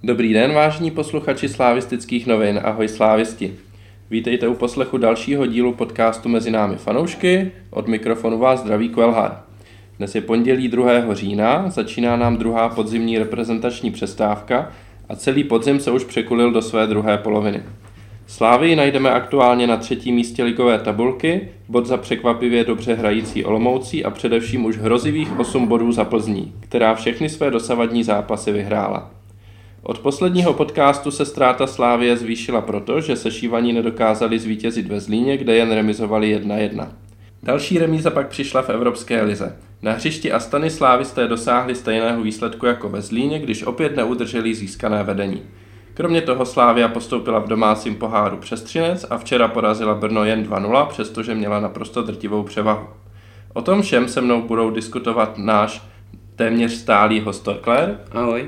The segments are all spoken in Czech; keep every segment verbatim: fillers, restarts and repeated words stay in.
Dobrý den, vážení posluchači slávistických novin, ahoj slávisti. Vítejte u poslechu dalšího dílu podcastu Mezi námi fanoušky, od mikrofonu vás zdraví Kvelhar. Dnes je pondělí druhého října, začíná nám druhá podzimní reprezentační přestávka a celý podzim se už překulil do své druhé poloviny. Slávii najdeme aktuálně na třetím místě ligové tabulky, bod za překvapivě dobře hrající Olomoucí a především už hrozivých osm bodů za Plzní, která všechny své dosavadní zápasy vyhrála. Od posledního podcastu se ztráta Slávie zvýšila proto, že sešívaní nedokázali zvítězit ve Zlíně, kde jen remizovali jedna jedna. Další remíza pak přišla v Evropské lize. Na hřišti Astany slávisté dosáhli stejného výsledku jako ve Zlíně, když opět neudrželi získané vedení. Kromě toho Slavia postoupila v domácím poháru přes Třinec a včera porazila Brno jen dva nula, přestože měla naprosto drtivou převahu. O tom všem se mnou budou diskutovat náš téměř stálý host Torkler. Ahoj.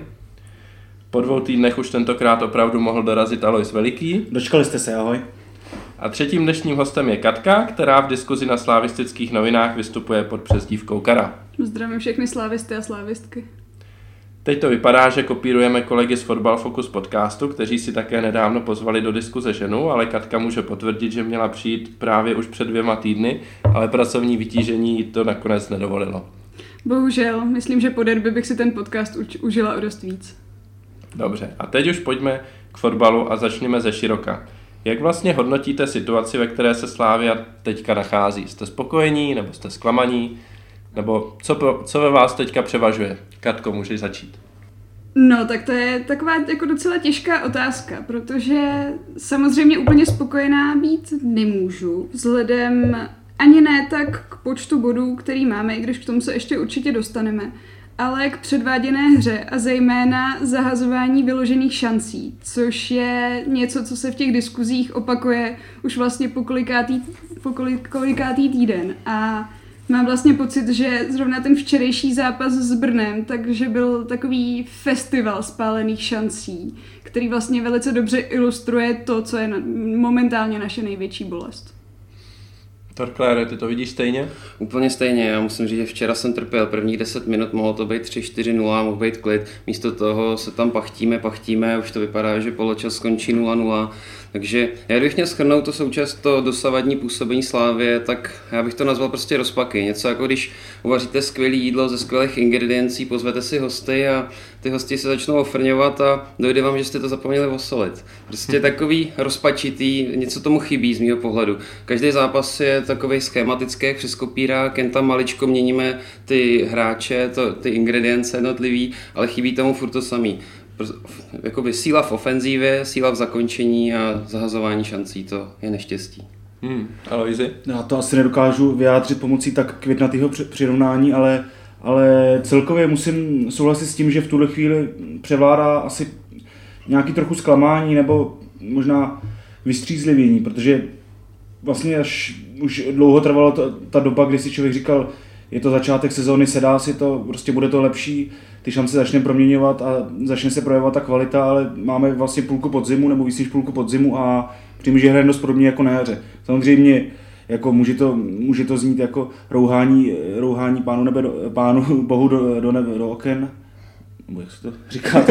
Po dvou týdnech už tentokrát opravdu mohl dorazit Alois Veliký. Dočkali jste se, ahoj. A třetím dnešním hostem je Katka, která v diskuzi na slavistických novinách vystupuje pod přezdívkou Kara. Zdravím všechny slávisty a slávistky. Teď to vypadá, že kopírujeme kolegy z Fotbal Focus podcastu, kteří si také nedávno pozvali do diskuze ženu, ale Katka může potvrdit, že měla přijít právě už před dvěma týdny, ale pracovní vytížení jí to nakonec nedovolilo. Bohužel, myslím, že po derby bych si ten podcast uč- užila o dost víc. Dobře, a teď už pojďme k fotbalu a začněme ze široka. Jak vlastně hodnotíte situaci, ve které se Slavia teďka nachází? Jste spokojení nebo jste zklamaní? Nebo co, co ve vás teďka převažuje? Katko, můžeš začít. No, tak to je taková jako docela těžká otázka, protože samozřejmě úplně spokojená být nemůžu, vzhledem ani ne tak k počtu bodů, který máme, i když k tomu se ještě určitě dostaneme, ale k předváděné hře a zejména zahazování vyložených šancí, což je něco, co se v těch diskuzích opakuje už vlastně po kolikátý, po kolikátý týden. A mám vlastně pocit, že zrovna ten včerejší zápas s Brnem, takže byl takový festival spálených šancí, který vlastně velice dobře ilustruje to, co je momentálně naše největší bolest. Torklére, ty to vidíš stejně? Úplně stejně, já musím říct, že včera jsem trpěl prvních deset minut, mohlo to být tři čtyři nula, mohl být klid, místo toho se tam pachtíme, pachtíme, už to vypadá, že poločas skončí nula nula, takže já bych měl shrnout to součást to dosavadní působení Slávie, tak já bych to nazval prostě rozpaky, něco jako když uvaříte skvělé jídlo ze skvělých ingrediencí, pozvete si hosty a ty hosti se začnou ofrňovat a dojde vám, že jste to zapomněli osolit. Prostě takový rozpačitý, něco tomu chybí z mýho pohledu. Každý zápas je takový schematický, jak přes kopírák, jen tam maličko měníme ty hráče, to, ty ingredience jednotlivý, ale chybí tomu furt to samý. Jakoby síla v ofenzívě, síla v zakončení a zahazování šancí, to je neštěstí. Hmm, Aloisi? Já to asi nedokážu vyjádřit pomocí tak květnatého přirovnání, ale, ale celkově musím souhlasit s tím, že v tuhle chvíli převládá asi nějaký trochu zklamání nebo možná vystřízlivění, protože vlastně až už dlouho trvalo ta, ta doba, kdy si člověk říkal, je to začátek sezóny, sedá si to, prostě bude to lepší, ty šance začne proměňovat a začne se projevovat ta kvalita, ale máme vlastně půlku podzimu nebo víc než půlku podzimu a přijím, že hraje dost podobně jako na jaře. Samozřejmě jako může, to, může to znít jako rouhání, rouhání pánu, nebe do, pánu bohu do, do, nebe, do oken, nebo jak se to říká,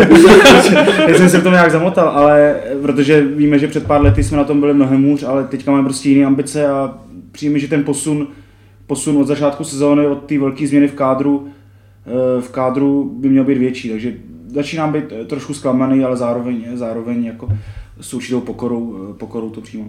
já jsem se v tom nějak zamotal, ale protože víme, že před pár lety jsme na tom byli mnohem hůř, ale teďka máme prostě jiné ambice a přijím, že ten posun, posun od začátku sezóny, od té velké změny v kádru, v kádru by měl být větší, takže začínám být trošku zklamaný, ale zároveň, zároveň jako s určitou pokorou, pokorou to přijímám.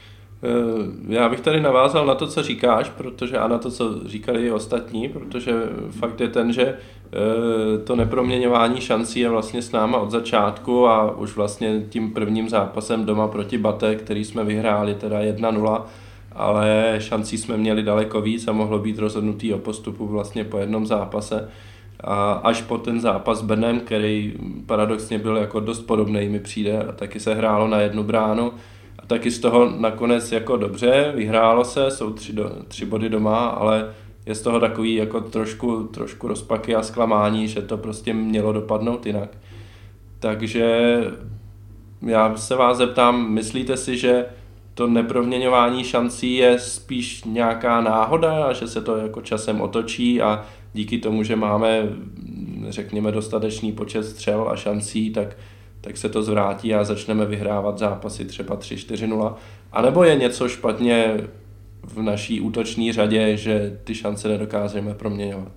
Já bych tady navázal na to, co říkáš, protože a na to, co říkali i ostatní, protože fakt je ten, že to neproměňování šancí je vlastně s náma od začátku a už vlastně tím prvním zápasem doma proti Bate, který jsme vyhráli teda jedna nula, ale šancí jsme měli daleko víc a mohlo být rozhodnutý o postupu vlastně po jednom zápase. A až po ten zápas s Brnem, který paradoxně byl jako dost podobný, mi přijde, a taky se hrálo na jednu bránu a taky z toho nakonec jako dobře, vyhrálo se, jsou tři, do, tři body doma, ale je z toho takový jako trošku, trošku rozpaky a zklamání, že to prostě mělo dopadnout jinak. Takže já se vás zeptám, myslíte si, že to neproměňování šancí je spíš nějaká náhoda a že se to jako časem otočí a díky tomu, že máme, řekněme, dostatečný počet střel a šancí, tak tak se to zvrátí a začneme vyhrávat zápasy třeba tři čtyři nula. A nebo je něco špatně v naší útoční řadě, že ty šance nedokážeme proměňovat?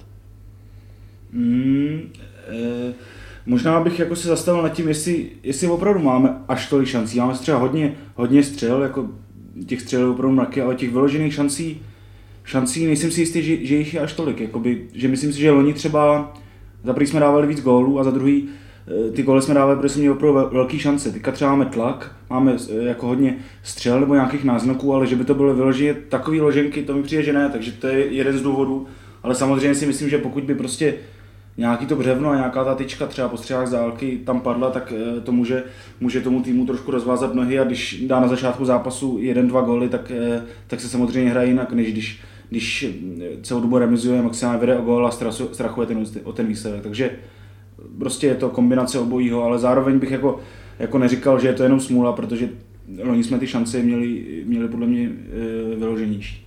Mm, e, možná bych jako se zastavil nad tím, jestli, jestli opravdu máme až tolik šancí. Máme třeba hodně, hodně střel, jako těch střel opravdu mraky, ale těch vyložených šancí, šancí nejsem si jistý, že, že jich je až tolik. Jakoby, že myslím si, že loni třeba za první jsme dávali víc gólů a za druhý ty góly jsme dávali, protože jsme měli opravdu velký šance. Teďka třeba máme tlak, máme jako hodně střel nebo nějakých náznaků, ale že by to bylo vyloženě takový loženky, to mi přijde, že ne, takže to je jeden z důvodů. Ale samozřejmě si myslím, že pokud by prostě nějaký to břevno a nějaká ta tyčka třeba po střelách z dálky tam padla, tak to může, může tomu týmu trošku rozvázat nohy a když dá na začátku zápasu jeden, dva góly, tak, tak se samozřejmě hraje jinak, než když, když celou dobu remizuje, maximálně vede o gól a strachuje ten, o ten výsledek. Takže prostě je to kombinace obojího, ale zároveň bych jako, jako neříkal, že je to jenom smůla, protože loni jsme ty šance měli, měli podle mě vyloženější.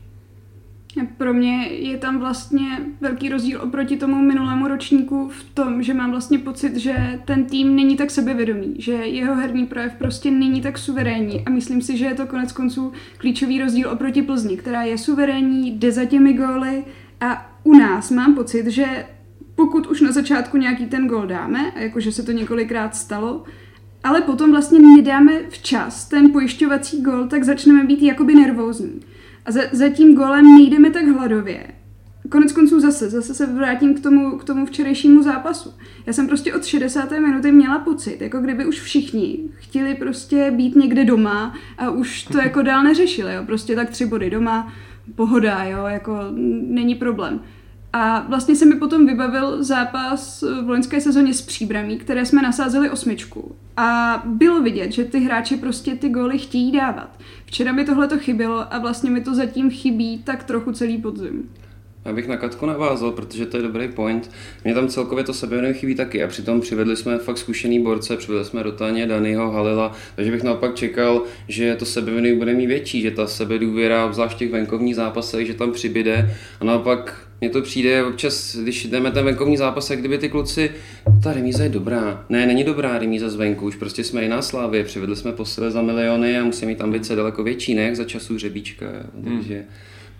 Pro mě je tam vlastně velký rozdíl oproti tomu minulému ročníku v tom, že mám vlastně pocit, že ten tým není tak sebevědomý, že jeho herní projev prostě není tak suverénní a myslím si, že je to konec konců klíčový rozdíl oproti Plzni, která je suverénní, jde za těmi góly a u nás mám pocit, že pokud už na začátku nějaký ten gól dáme, a jakože se to několikrát stalo, ale potom vlastně nedáme včas ten pojišťovací gól, tak začneme být jakoby nervózní. A za, za tím gólem nejdeme tak hladově. Konec konců zase, zase se vrátím k tomu, k tomu včerejšímu zápasu. Já jsem prostě od šedesáté minuty měla pocit, jako kdyby už všichni chtěli prostě být někde doma a už to jako dál neřešili, jo. Prostě tak tři body doma, pohoda, jo, jako není problém. A vlastně se mi potom vybavil zápas v loňské sezóně s Příbramí, které jsme nasázeli osmičku. A bylo vidět, že ty hráči prostě ty góly chtějí dávat. Včera mi tohle to chybělo a vlastně mi to zatím chybí tak trochu celý podzim. Já bych na Katku navázal, protože to je dobrý point. Mně tam celkově to sebevědomí chybí taky a přitom přivedli jsme fakt zkušený borce, přivedli jsme Rotaně, Danyho, Halila, takže bych naopak čekal, že to sebevědomí bude mít větší, že ta sebedůvěra, zvlášť v těch venkovních zápasech, že tam přibyde a naopak mně to přijde občas, když jdeme ten venkovní zápas, jak kdyby ty kluci, ta remíza je dobrá. Ne, není dobrá remíza zvenku, už prostě jsme jiná Slávě, přivedli jsme posile za miliony a musí mít ambice daleko větší, ne jak za časů Řebíčka, takže... Hmm.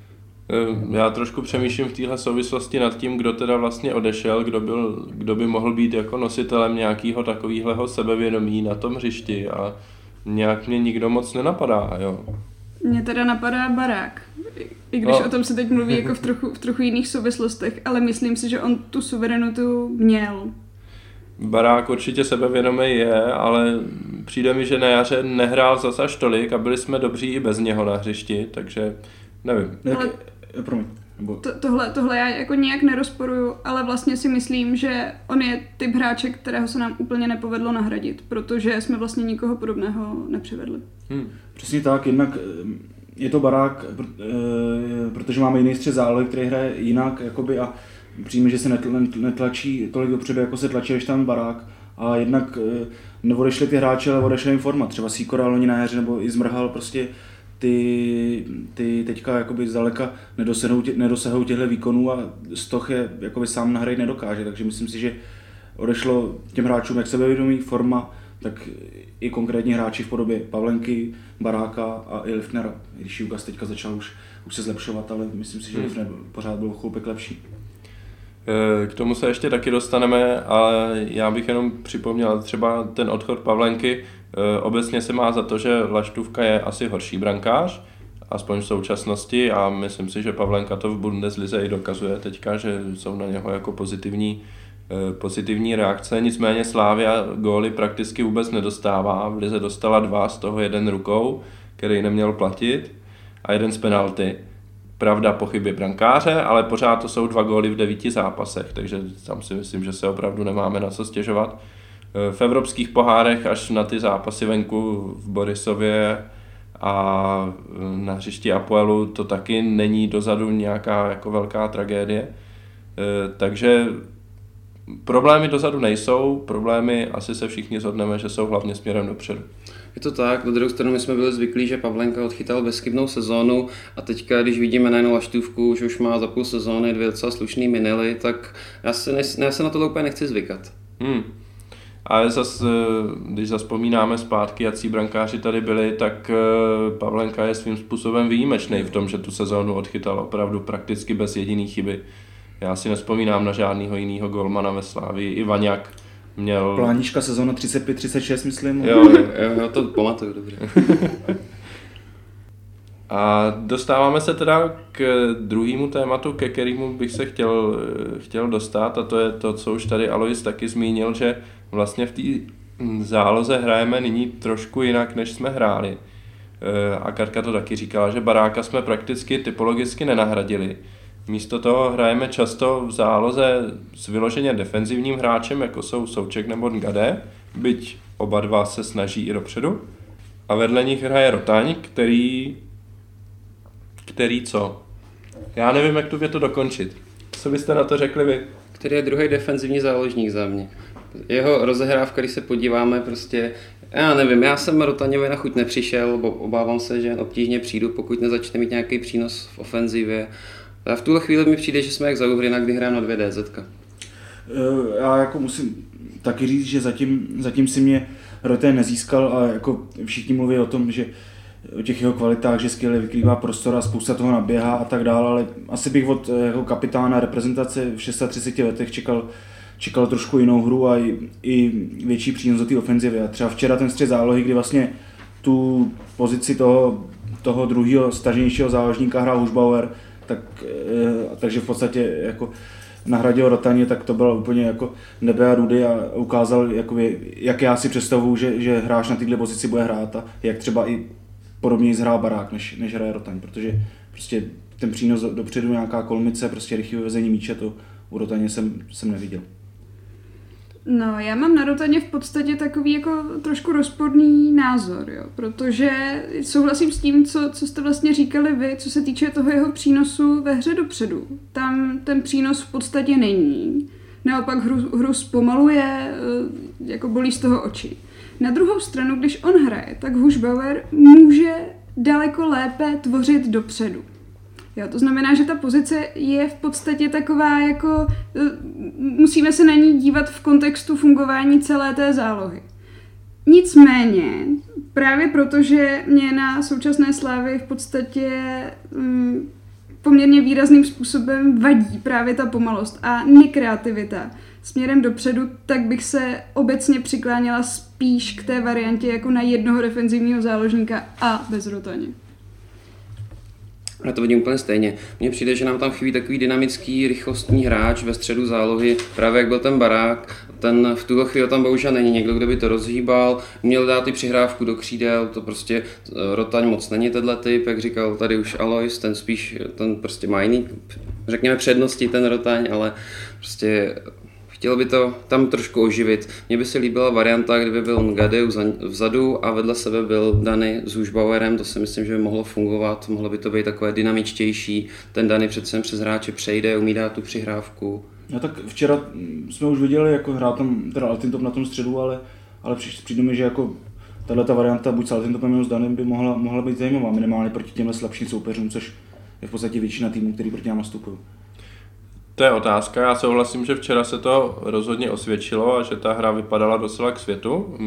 Já trošku přemýšlím v téhle souvislosti nad tím, kdo teda vlastně odešel, kdo, byl, kdo by mohl být jako nositelem nějakého takového sebevědomí na tom hřišti a nějak mě nikdo moc nenapadá, jo. Mně teda napadá Barák, i když no. O tom se teď mluví jako v trochu, v trochu jiných souvislostech, ale myslím si, že on tu suverenitu měl. Barák určitě sebevědomý je, ale přijde mi, že na jaře nehrál zas až tolik a byli jsme dobří i bez něho na hřišti, takže nevím. Ale... Promiň. To, tohle, tohle já jako nějak nerozporuju, ale vlastně si myslím, že on je typ hráče, kterého se nám úplně nepovedlo nahradit, protože jsme vlastně nikoho podobného nepřivedli. Hmm. Přesně tak, jednak je to Barák, protože máme jiný střed zálohy, který hraje jinak jakoby, a přijme, že se netlačí tolik dopředu, jako se tlačí, když tam Barák. A jednak neodešli ty hráče, ale odešli jim forma. Třeba Sýkora loni na jaře, nebo i Zmrhal, prostě ty, ty teďka jakoby zdaleka nedosahou, tě, nedosahou těchto výkonů a Stoch je jakoby sám nahrát nedokáže, takže myslím si, že odešlo těm hráčům jak sebevědomí, forma, tak i konkrétní hráči v podobě Pavlenky, Baráka a i Liftnera, když Jukas teďka začal už, už se zlepšovat, ale myslím si, že hmm. Liftner pořád byl chloupek lepší. K tomu se ještě taky dostaneme, ale já bych jenom připomněl třeba ten odchod Pavlenky. Obecně se má za to, že Laštůvka je asi horší brankář, aspoň v současnosti, a myslím si, že Pavlenka to v Bundeslize i dokazuje teďka, že jsou na něho jako pozitivní, pozitivní reakce. Nicméně Slavia góly prakticky vůbec nedostává. V lize dostala dva, z toho jeden rukou, který neměl platit, a jeden z penalty. Pravda, po chybě brankáře, ale pořád to jsou dva góly v devíti zápasech, takže tam si myslím, že se opravdu nemáme na co stěžovat. V evropských pohárech až na ty zápasy venku v Borisově a na hřišti Apoelu to taky není dozadu nějaká jako velká tragédie. Takže problémy dozadu nejsou, problémy asi se všichni shodneme, že jsou hlavně směrem dopředu. Je to tak, na druhou stranu my jsme byli zvyklí, že Pavlenka odchytal bezchybnou sezónu a teďka, když vidíme najednou Laštůvku, že už má za půl sezóny dvě docela slušný minely, tak já se, ne, já se na to úplně nechci zvykat. Hmm. Ale zas, když zaspomínáme zpátky, jací brankáři tady byli, tak Pavlenka je svým způsobem výjimečný v tom, že tu sezónu odchytal opravdu prakticky bez jediný chyby. Já si nevzpomínám na žádného jiného golmana ve Slávii. I Vaňák měl... Plánička sezóna třicet pět třicet šest, myslím. Jo, jo, jo, to pamatuju dobře. A dostáváme se teda k druhému tématu, ke kterému bych se chtěl, chtěl dostat, a to je to, co už tady Alois taky zmínil, že vlastně v té záloze hrajeme nyní trošku jinak, než jsme hráli. A Katka to taky říkala, že Baráka jsme prakticky typologicky nenahradili. Místo toho hrajeme často v záloze s vyloženě defenzivním hráčem, jako jsou Souček nebo Ngade, byť oba dva se snaží i dopředu. A vedle nich hraje Rotaň, který... Který co? Já nevím, jak tu větu dokončit. Co byste na to řekli vy? Který je druhý defenzivní záložník za mě. Jeho rozehrávka, když se podíváme, prostě, já nevím, já jsem Rotaňovi na chuť nepřišel, bo obávám se, že obtížně přijdu, pokud nezačne mít nějaký přínos v ofenzivě. A v tuhle chvíli mi přijde, že jsme jak za Uhrina, kdy hrám na dvě D Z. Já jako musím taky říct, že zatím, zatím si mě Rotaň nezískal a jako všichni mluví o tom, že o těch jeho kvalitách, že skvěle vykrývá prostor a spousta toho naběhá a tak dále, ale asi bych od jeho kapitána reprezentace v třiceti šesti letech čekal, čekal trošku jinou hru a i, i větší přínos do té ofenzivy. A třeba včera ten střed zálohy, kdy vlastně tu pozici toho, toho druhého staženějšího záložníka hrál Hušbauer, tak, takže v podstatě jako nahradil Rotaně, tak to bylo úplně jako nebe a rudy a ukázal, jakoby, jak já si představuju, že, že hráč na této pozici bude hrát a jak třeba i podobně zhrál Barák, než, než hraje Rotaň, protože prostě ten přínos dopředu, nějaká kolmice, prostě rychlé vyvezení míče, to u Rotaně jsem, jsem neviděl. No, já mám na Rotaně v podstatě takový jako trošku rozporný názor, jo, protože souhlasím s tím, co, co jste vlastně říkali vy, co se týče toho jeho přínosu ve hře dopředu. Tam ten přínos v podstatě není, naopak hru, hru zpomaluje, jako bolí z toho oči. Na druhou stranu, když on hraje, tak Hušbauer může daleko lépe tvořit dopředu. Jo, to znamená, že ta pozice je v podstatě taková jako, musíme se na ní dívat v kontextu fungování celé té zálohy. Nicméně, právě protože mě na současné Slávii v podstatě um, poměrně výrazným způsobem vadí právě ta pomalost a nekreativita směrem dopředu, tak bych se obecně přikláněla spíš k té variantě jako na jednoho defenzivního záložníka a bez Rotaně. Já to vidím úplně stejně. Mně přijde, že nám tam chybí takový dynamický, rychlostní hráč ve středu zálohy, právě jak byl ten Barák. Ten v tuhle chvíli tam bohužel není někdo, kdo by to rozhýbal, měl dát i přihrávku do křídel, to prostě Rotaň moc není tenhle typ, jak říkal tady už Alois, ten spíš, ten prostě má jiný, řekněme přednosti ten Rotaň, ale prostě chtělo by to tam trošku oživit. Mně by se líbila varianta, kdyby byl Ngade vzadu a vedle sebe byl Dany s Hušbauerem, to si myslím, že by mohlo fungovat, mohlo by to být takové dynamičtější, ten Dany přece přes hráče přejde, umí dát tu přihrávku. No tak včera jsme už viděli, jako hrál tam teda Altintop na tom středu, ale, ale přijde mi, že jako tato varianta buď s Altintopem nebo s Danem by mohla, mohla být zajímavá, minimálně proti těmhle slabším soupeřům, což je v podstatě většina týmů, který proti nám nastupují. To je otázka, já souhlasím, že včera se to rozhodně osvědčilo a že ta hra vypadala docela k světu.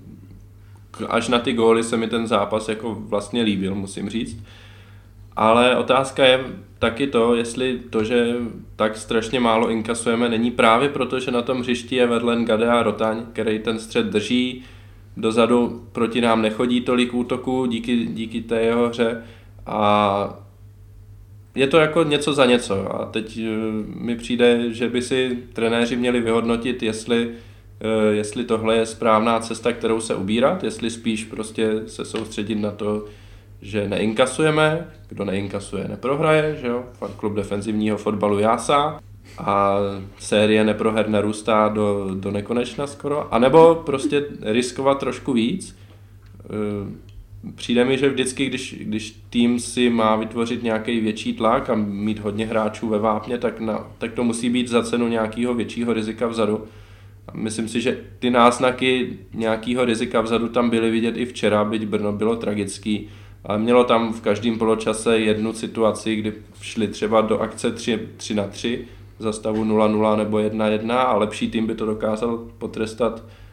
Až na ty góly se mi ten zápas jako vlastně líbil, musím říct. Ale otázka je taky to, jestli to, že tak strašně málo inkasujeme, není právě proto, že na tom hřišti je vedle Ngade a Rotaň, který ten střed drží, dozadu proti nám nechodí tolik útoků díky, díky té jeho hře a je to jako něco za něco a teď mi přijde, že by si trenéři měli vyhodnotit, jestli, jestli tohle je správná cesta, kterou se ubírat, jestli spíš prostě se soustředit na to, že neinkasujeme, kdo neinkasuje neprohraje, že jo, klub defenzivního fotbalu jásá a série neproher narůstá do, do nekonečna skoro, anebo prostě riskovat trošku víc. Přijde mi, že vždycky, když, když tým si má vytvořit nějaký větší tlak a mít hodně hráčů ve vápně, tak, na, tak to musí být za cenu nějakého většího rizika vzadu. A myslím si, že ty náznaky nějakého rizika vzadu tam byly vidět i včera, byť Brno bylo tragický, ale mělo tam v každém poločase jednu situaci, kdy šli třeba do akce tři na tři za stavu nula nula nebo jedna jedna a lepší tým by to dokázal potrestat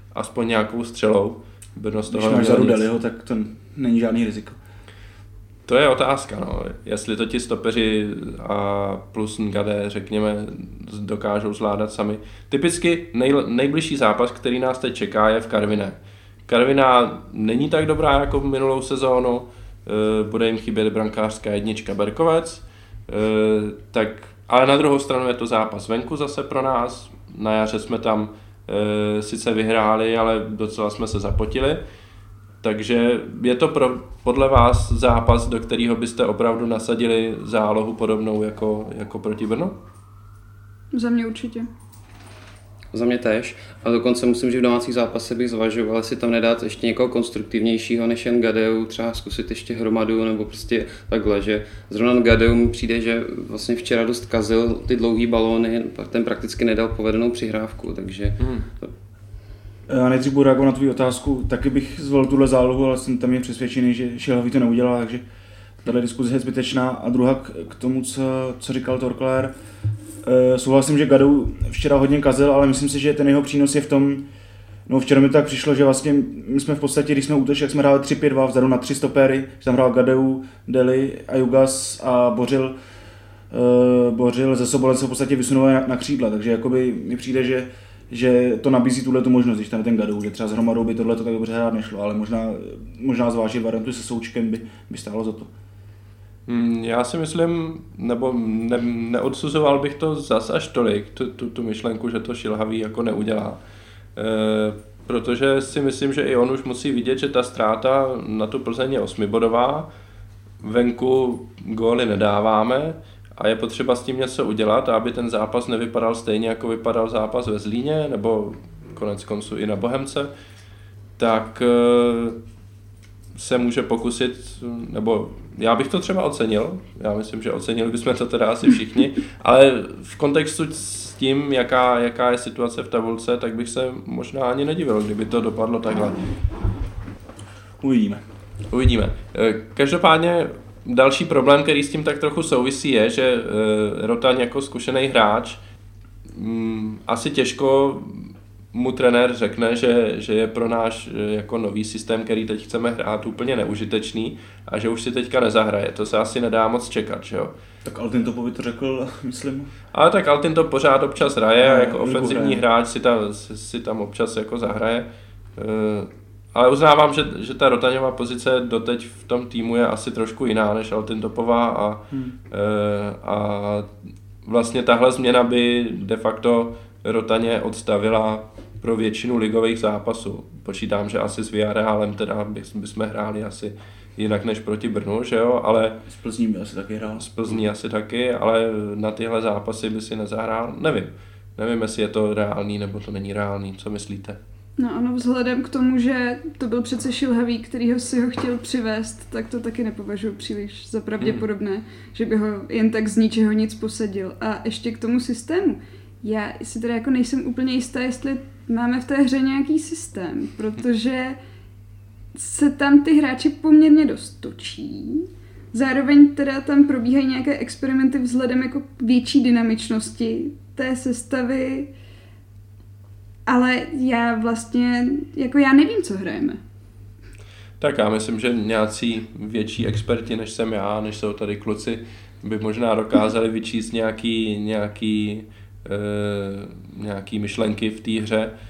aspoň nějakou střelou. Brno z toho Když máš za Rudeliho, tak to není žádný riziko. To je otázka, no. Jestli to ti stopeři a plus Ngade, řekněme, dokážou zvládat sami. Typicky nej, nejbližší zápas, který nás teď čeká, je v Karviné. Karviná není tak dobrá jako v minulou sezónu, bude jim chybět brankářská jednička Berkovec, tak, ale na druhou stranu je to zápas venku zase pro nás. Na jaře jsme tam sice vyhráli, ale docela jsme se zapotili. Takže je to pro, podle vás zápas, do kterého byste opravdu nasadili zálohu podobnou jako, jako proti Brnu? Za mě určitě. Za mě též. A dokonce musím, že v domácích zápasech bych zvažoval, ale si tam nedát ještě někoho konstruktivnějšího než jen Gadeu, třeba zkusit ještě Hromadu nebo prostě takhle, že zrovna Gadeu mi přijde, že vlastně včera dost kazil ty dlouhý balóny, pak ten prakticky nedal povedenou přihrávku, takže... Hmm. Já nejdřív budu reagovat na tvou otázku, taky bych zvolil tuhle zálohu, ale jsem tam je přesvědčený, že Šilhavý to neudělá, takže tato diskuze je zbytečná. A druhá k, k tomu, co, co říkal Torkler, e, souhlasím, že Gadou včera hodně kazil, ale myslím si, že ten jeho přínos je v tom, no včera mi to tak přišlo, že vlastně my jsme v podstatě, když jsme útočili, jak jsme hráli tři pět dva vzadu na tři stopery, že tam hrál Gadeu, Deli, Ajugas a Bořil, e, Bořil ze Sobolen se v podstatě vysunovali na, na křídla, takže jakoby mi přijde, že že to nabízí tuhletu možnost, když tam je ten Gadou, že třeba s Hromadou by tohle tak dobře hrát nešlo, ale možná, možná zvážit variantu se Součkem by, by stálo za to. Já si myslím, nebo ne, neodsuzoval bych to zas až tolik, tu, tu, tu myšlenku, že to Šilhavý jako neudělá. E, protože si myslím, že i on už musí vidět, že ta ztráta na tu Plzeň je osmibodová, venku góly nedáváme, a je potřeba s tím něco udělat, aby ten zápas nevypadal stejně, jako vypadal zápas ve Zlíně, nebo konec konců i na Bohemce, tak se může pokusit, nebo já bych to třeba ocenil, já myslím, že ocenili bychom to teda asi všichni, ale v kontextu s tím, jaká, jaká je situace v tabulce, tak bych se možná ani nedivil, kdyby to dopadlo takhle. Uvidíme. Uvidíme. Každopádně další problém, který s tím tak trochu souvisí, je, že e, Rotaň jako zkušený hráč m, asi těžko mu trenér řekne, že, že je pro náš e, jako nový systém, který teď chceme hrát, úplně neužitečný a že už si teďka nezahraje. To se asi nedá moc čekat, že jo? Tak Altin Topovi to řekl, myslím. Ale tak Altin to pořád občas hraje a jako ofenzivní hraje. hráč si tam, si, si tam občas jako zahraje. E, Ale uznávám, že, že ta Rotaňová pozice doteď v tom týmu je asi trošku jiná než Altin Topová a, hmm. e, a vlastně tahle změna by de facto Rotaně odstavila pro většinu ligových zápasů. Počítám, že asi s Villarrealem teda bychom hráli asi jinak než proti Brnu, že jo, ale... S Plzní by asi taky hrál. S Plzní asi taky, ale na tyhle zápasy by si nezahrál, nevím. Nevím, jestli je to reálný nebo to není reálný, co myslíte? No ano, vzhledem k tomu, že to byl přece Šilhavý, který ho si ho chtěl přivést, tak to taky nepovažuji příliš za pravděpodobné, hmm. že by ho jen tak z ničeho nic posadil. A ještě k tomu systému. Já si teda jako nejsem úplně jistá, jestli máme v té hře nějaký systém, protože se tam ty hráči poměrně dost točí. Zároveň teda tam probíhají nějaké experimenty vzhledem jako k větší dynamičnosti té sestavy. Ale já vlastně, jako já nevím, co hrajeme. Tak já myslím, že nějací větší experti, než jsem já, než jsou tady kluci, by možná dokázali vyčíst nějaký, nějaký, e, nějaký myšlenky v té hře. E,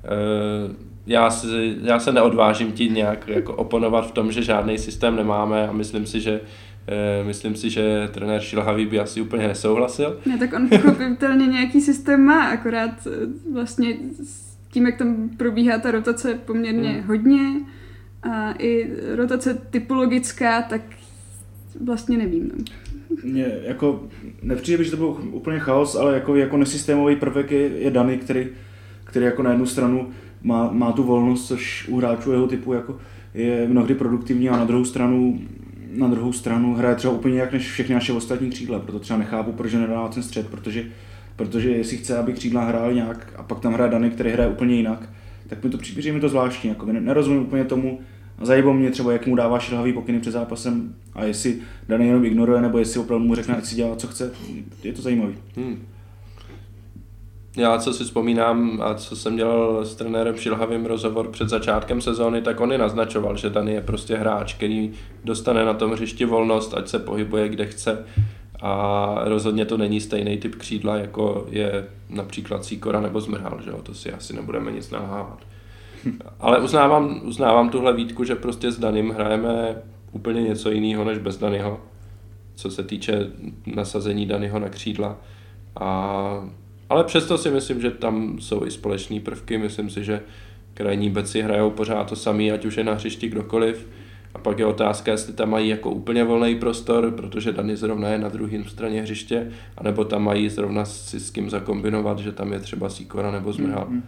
já, si, já se neodvážím ti nějak jako oponovat v tom, že žádný systém nemáme a myslím si, že Myslím si, že trenér Šilhavý by asi úplně nesouhlasil. Ne, tak on pochopitelně nějaký systém má, akorát vlastně s tím, jak tam probíhá ta rotace poměrně hmm. hodně a i rotace typologická, tak vlastně nevím. No. Mně jako nepřijde, že to byl úplně chaos, ale jako, jako nesystémový prvek je, je Dany, který, který jako na jednu stranu má, má tu volnost, což u hráčů jeho typu jako je mnohdy produktivní a na druhou stranu na druhou stranu hraje třeba úplně jinak než všechny naše ostatní křídla, proto třeba nechápu, proč nedává ten střed, protože, protože jestli chce, aby křídla hráli nějak a pak tam hraje Dany, který hraje úplně jinak, tak mi to přijde mi to zvláštní, jako nerozumím úplně tomu, zajímalo mě třeba, jak mu dává Šilhavý pokyny před zápasem a jestli Dany jenom ignoruje, nebo jestli opravdu mu řekne, ať si dělá, co chce, je to zajímavý. Hmm. Já co si vzpomínám a co jsem dělal s trenérem Šilhavým rozhovor před začátkem sezóny, tak on i naznačoval, že Dani je prostě hráč, který dostane na tom hřišti volnost, ať se pohybuje kde chce a rozhodně to není stejný typ křídla, jako je například Sýkora nebo Zmrhal, že jo? To si asi nebudeme nic nalhávat. Ale uznávám, uznávám tuhle výtku, že prostě s Danim hrajeme úplně něco jiného než bez Daniho, co se týče nasazení Daniho na křídla. A, ale přesto si myslím, že tam jsou i společné prvky. Myslím si, že krajní beci hrajou pořád to samý, ať už je na hřišti kdokoliv. A pak je otázka, jestli tam mají jako úplně volný prostor, protože Dani zrovna je na druhé straně hřiště, anebo tam mají zrovna si s kým zakombinovat, že tam je třeba Sýkora nebo Zmrhal. Mm-hmm.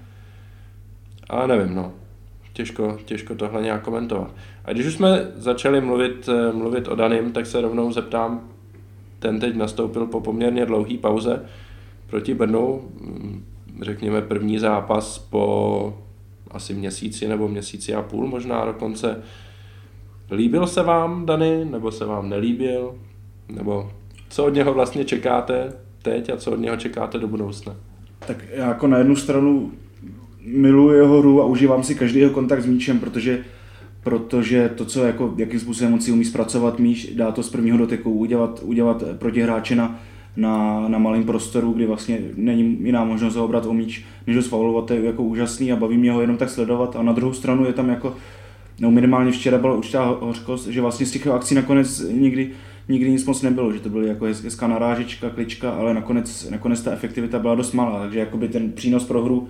A nevím, no. Těžko, těžko tohle nějak komentovat. A když už jsme začali mluvit, mluvit o Danim, tak se rovnou zeptám, ten teď nastoupil po poměrně dlouhé pauze proti Brnu, řekněme první zápas po asi měsíci nebo měsíci a půl možná dokonce. Líbil se vám Dani, nebo se vám nelíbil? Nebo co od něho vlastně čekáte teď a co od něho čekáte do budoucna? Tak já jako na jednu stranu miluji jeho hru a užívám si každý jeho kontakt s míčem, protože, protože to, co jako, jakým způsobem on si umí zpracovat míč, dá to z prvního dotyku, udělat, udělat protihráče na, na, na malém prostoru, kdy vlastně není jiná možnost ho obrat o míč, než ho sfaulovat, to je jako úžasný a baví mě ho jenom tak sledovat. A na druhou stranu je tam jako, no minimálně včera byla určitá hořkost, že vlastně z těch akcí nakonec nikdy, nikdy nic moc nebylo, že to byly jako hezká narážička, klička, ale nakonec, nakonec ta efektivita byla dost malá, takže jakoby ten přínos pro hru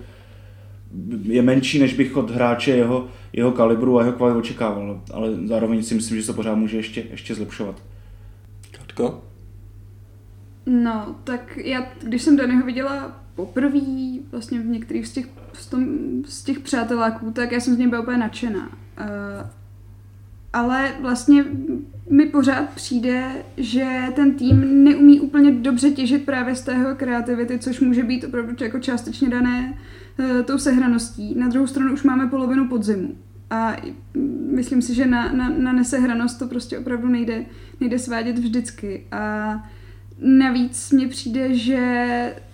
je menší, než bych od hráče jeho, jeho kalibru a jeho kvality očekával, ale zároveň si myslím, že se pořád může ještě, ještě zlepšovat. Katko? No, tak já, když jsem Daniho viděla poprvé vlastně v některých z těch, z, tom, z těch přáteláků, tak já jsem z něj byla úplně nadšená. Uh, ale vlastně mi pořád přijde, že ten tým neumí úplně dobře těžit právě z tého kreativity, což může být opravdu jako částečně dané uh, tou sehraností. Na druhou stranu už máme polovinu podzimu. A myslím si, že na, na, na nesehranost to prostě opravdu nejde, nejde svádět vždycky. A navíc mně přijde, že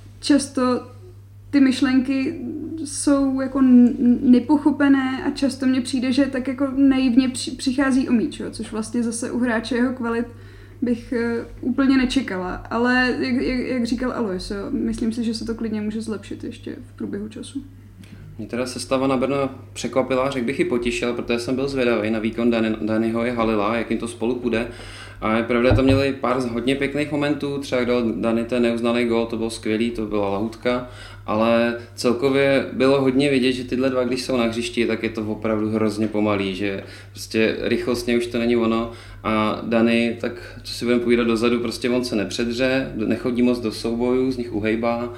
často ty myšlenky jsou jako nepochopené a často mně přijde, že tak jako naivně přichází o míč, jo, což vlastně zase u hráče jeho kvalit bych uh, úplně nečekala. Ale jak, jak, jak říkal Alois, jo, myslím si, že se to klidně může zlepšit ještě v průběhu času. Mě teda sestava na Brno překvapila, řekl bych i potěšil, protože jsem byl zvědavý na výkon Dani, Daniho i Halila, jak jim to spolu půjde. A je pravda, tam měli pár hodně pěkných momentů, třeba když dal Dani ten neuznaný gól, to bylo skvělý, to byla lahutka, ale celkově bylo hodně vidět, že tyhle dva, když jsou na hřišti, tak je to opravdu hrozně pomalý, že prostě rychlostně už to není ono a Dani, tak co si budeme povídat dozadu, prostě on se nepředře, nechodí moc do soubojů, z nich uhejbá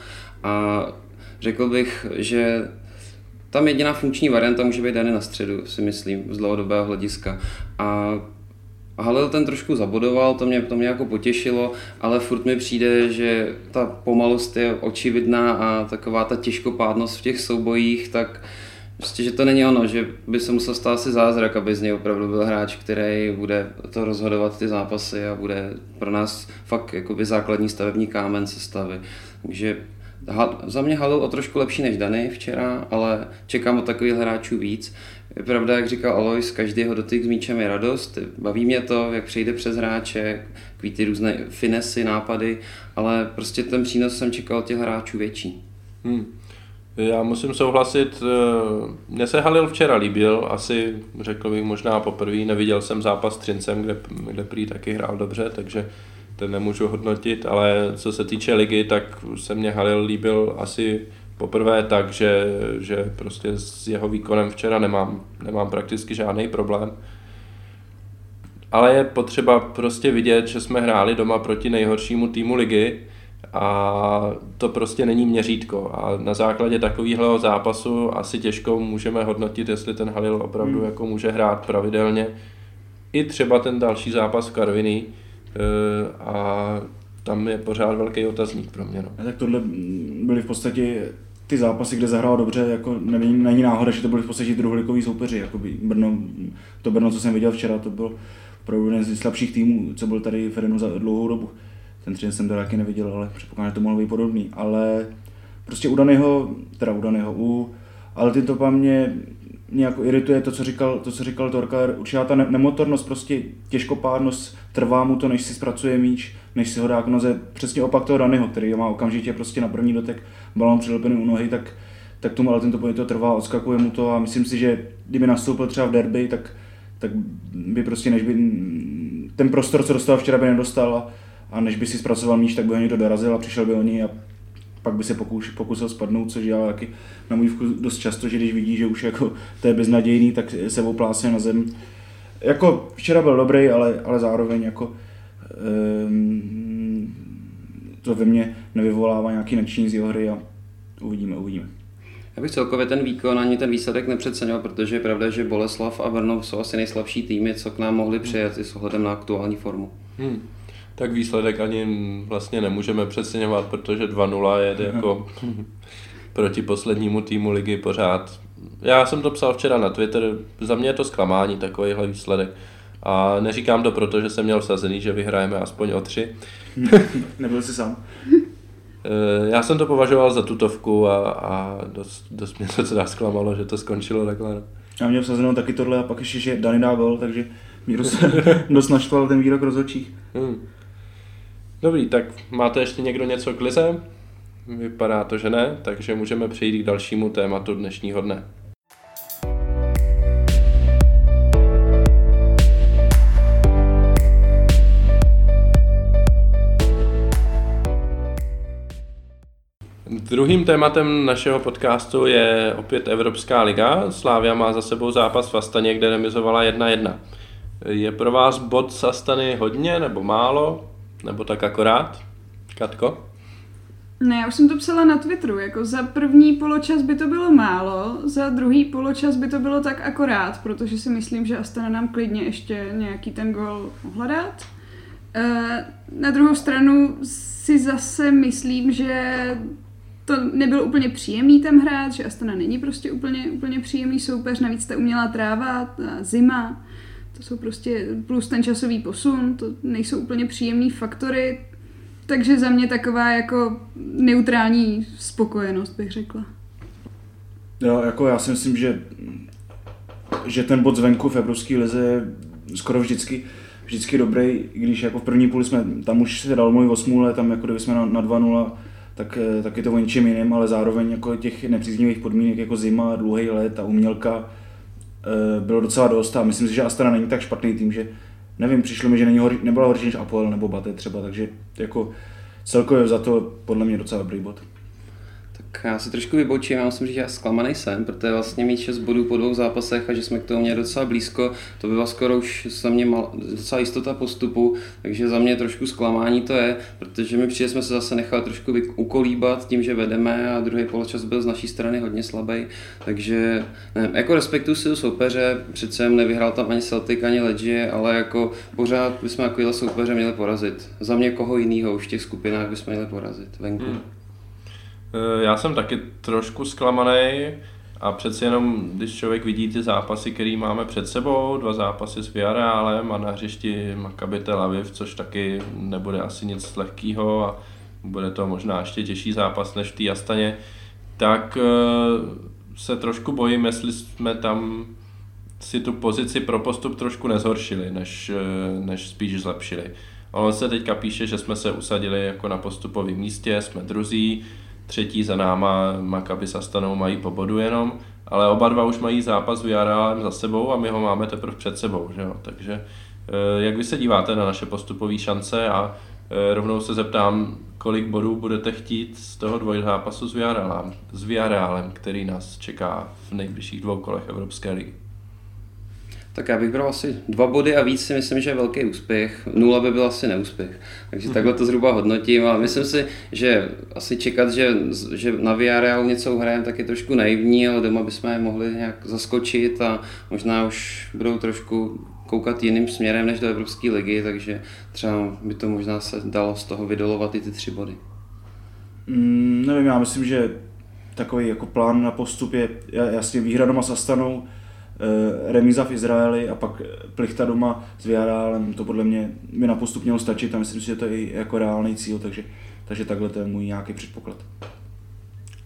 a řekl bych, že tam jediná funkční varianta může být Dani na středu, si myslím, z dlouhodobého hlediska. A Halil ten trošku zabodoval, to mě, to mě jako potěšilo, ale furt mi přijde, že ta pomalost je očividná a taková ta těžkopádnost v těch soubojích, tak prostě, že to není ono, že by se musel stát si zázrak, aby z něj opravdu byl hráč, který bude to rozhodovat ty zápasy a bude pro nás fakt jakoby základní stavební kámen sestavy. Takže za mě Halil o trošku lepší než Dani včera, ale čekám od takových hráčů víc. Je pravda, jak říkal Alois, každý jeho dotyk s míčem je radost, baví mě to, jak přejde přes hráče, takový ty různé finesy, nápady, ale prostě ten přínos jsem čekal od těch hráčů větší. Hmm. Já musím souhlasit, mně se Halil včera líbil, asi řekl bych možná poprvé, neviděl jsem zápas s Třincem, kde, kde prý taky hrál dobře, takže ten nemůžu hodnotit, ale co se týče ligy, tak se mě Halil líbil asi poprvé tak, že, že prostě s jeho výkonem včera nemám, nemám prakticky žádný problém. Ale je potřeba prostě vidět, že jsme hráli doma proti nejhoršímu týmu ligy a to prostě není měřítko. A na základě takového zápasu asi těžko můžeme hodnotit, jestli ten Halil opravdu hmm. jako může hrát pravidelně. I třeba ten další zápas v Karviní a tam je pořád velký otazník pro mě. No. A tak tohle byly v podstatě ty zápasy, kde zahrál dobře, jako není, není náhoda, že to byly v podstatě druholikový soupeři. Jakoby Brno, to Brno, co jsem viděl včera, to byl opravdu jeden z slabších týmů, co byl tady v Edenu za dlouhou dobu. Ten Třinec jsem to taky neviděl, ale předpokládám, že to mohlo být podobný. Ale prostě u Danyho, teda u Danyho, u Altintoppa mě nějak irituje to, co říkal, to, co říkal Torka, určitá ta nemotornost, prostě těžkopádnost, trvá mu to, než si zpracuje míč, než si ho dá k noze, přesně opak toho Danyho, který má okamžitě prostě na první dotek balón přilepený u nohy, tak, tak tomu Altintoppovi to trvá, odskakuje mu to a myslím si, že kdyby nastoupil třeba v derby, tak, tak by prostě než by ten prostor, co dostal včera, by nedostal a, a než by si zpracoval míč, tak by ho někdo dorazil a přišel by o ní a pak by se pokus, pokusil spadnout, což dělá taky na můj vkus dost často, že když vidí, že už jako to je beznadějný, tak se oplásne na zem. Jako včera byl dobrý, ale, ale zároveň jako um, to ve mně nevyvolává nějaký nadšení z jeho hry a uvidíme, uvidíme. Já bych celkově ten výkon ani ten výsledek nepřeceňoval, protože je pravda, že Boleslav a Brno jsou asi nejslabší týmy, co k nám mohli přijet i s ohledem na aktuální formu. Hmm. Tak výsledek ani vlastně nemůžeme přeceňovat, protože dva nula je jako proti poslednímu týmu ligy pořád. Já jsem to psal včera na Twitter, za mě je to zklamání takovýhle výsledek. A neříkám to proto, že jsem měl vsazený, že vyhrajeme aspoň o tři. Nebyl jsi sám. Já jsem to považoval za tutovku a, a dost, dost mě to teda zklamalo, že to skončilo takhle. Já měl vsazenou taky tohle a pak ještě, že Dany dá gol, takže mě dost, dost naštval ten výrok rozhodčích. Hmm. Dobrý, tak máte ještě někdo něco k lize? Vypadá to, že ne, takže můžeme přejít k dalšímu tématu dnešního dne. Druhým tématem našeho podcastu je opět Evropská liga. Slavia má za sebou zápas v Astaně, kde remizovala jedna jedna. Je pro vás bod z Astany hodně nebo málo? Nebo tak akorát? Katko? Ne, já už jsem to psala na Twitteru, jako za první poločas by to bylo málo, za druhý poločas by to bylo tak akorát, protože si myslím, že Astana nám klidně ještě nějaký ten gol mohla dát. Na druhou stranu si zase myslím, že to nebylo úplně příjemný tam hrát, že Astana není prostě úplně, úplně příjemný soupeř, navíc ta umělá tráva, ta zima, to jsou prostě plus ten časový posun, to nejsou úplně příjemný faktory, takže za mě taková jako neutrální spokojenost, bych řekla. Jo, jako já si myslím, že, že ten bod zvenku v Evropské lize je skoro vždycky, vždycky dobrý, i když jako v první půli jsme, tam už se dal můj osmůle, tam jako kdyby jsme na, na dva nula, tak, tak je to o ničem jiném, ale zároveň jako těch nepříznivých podmínek jako zima, dlouhý let a umělka bylo docela dost a myslím si, že Astana není tak špatný tým, že nevím, přišlo mi, že není hor, nebyla horší než Apoel nebo Bate třeba, takže jako celkově za to podle mě docela dobrý bod. Tak já se trošku vybočím, já musím říct, že já zklamaný jsem, protože vlastně mít šest bodů po dvou zápasech a že jsme k tomu měli docela blízko, to byla skoro už za mě mal, docela jistota postupu, takže za mě trošku zklamání to je, protože my přijde jsme se zase nechali trošku ukolíbat tím, že vedeme a druhý poločas byl z naší strany hodně slabý, takže ne, jako respektuju si soupeře, přece jsem nevyhrál tam ani Celtic, ani Legie, ale jako pořád bychom takovýhle soupeře měli porazit. Za mě koho jinýho už v těch skupinách bychom měli porazit venku. Hmm. Já jsem taky trošku zklamaný a přeci jenom, když člověk vidí ty zápasy, které máme před sebou, dva zápasy s Villarrealem a na hřišti Maccabi Tel Aviv, což taky nebude asi nic lehkýho a bude to možná ještě těžší zápas než v té Astaně, tak se trošku bojím, jestli jsme tam si tu pozici pro postup trošku nezhoršili, než, než spíš zlepšili. On se teďka píše, že jsme se usadili jako na postupovém místě, jsme druzí, třetí za náma, Maccabi s Astanou mají po bodu jenom, ale oba dva už mají zápas s Villarrealem za sebou a my ho máme teprve před sebou, že jo? Takže jak vy se díváte na naše postupové šance a rovnou se zeptám, kolik bodů budete chtít z toho dvojzápasu s Villarrealem, s Villarrealem, který nás čeká v nejbližších dvou kolech Evropské ligy? Tak já bych bral asi dva body a víc si myslím, že je velký úspěch. Nula by byl asi neúspěch. Takže takhle to zhruba hodnotím a myslím si, že asi čekat, že, že na Villarreal něco uhrajeme, tak je trošku naivní, ale doma bychom je mohli nějak zaskočit a možná už budou trošku koukat jiným směrem než do Evropské ligy, takže třeba by to možná se dalo z toho vydolovat i ty tři body. Mm, nevím, já myslím, že takový jako plán na postup je jasně výhra doma s Astanou, remíza v Izraeli a pak plichta doma s Villarrealem, to podle mě by na postup mělo stačit a myslím si, že to je i jako reálný cíl, takže, takže takhle to je můj nějaký předpoklad.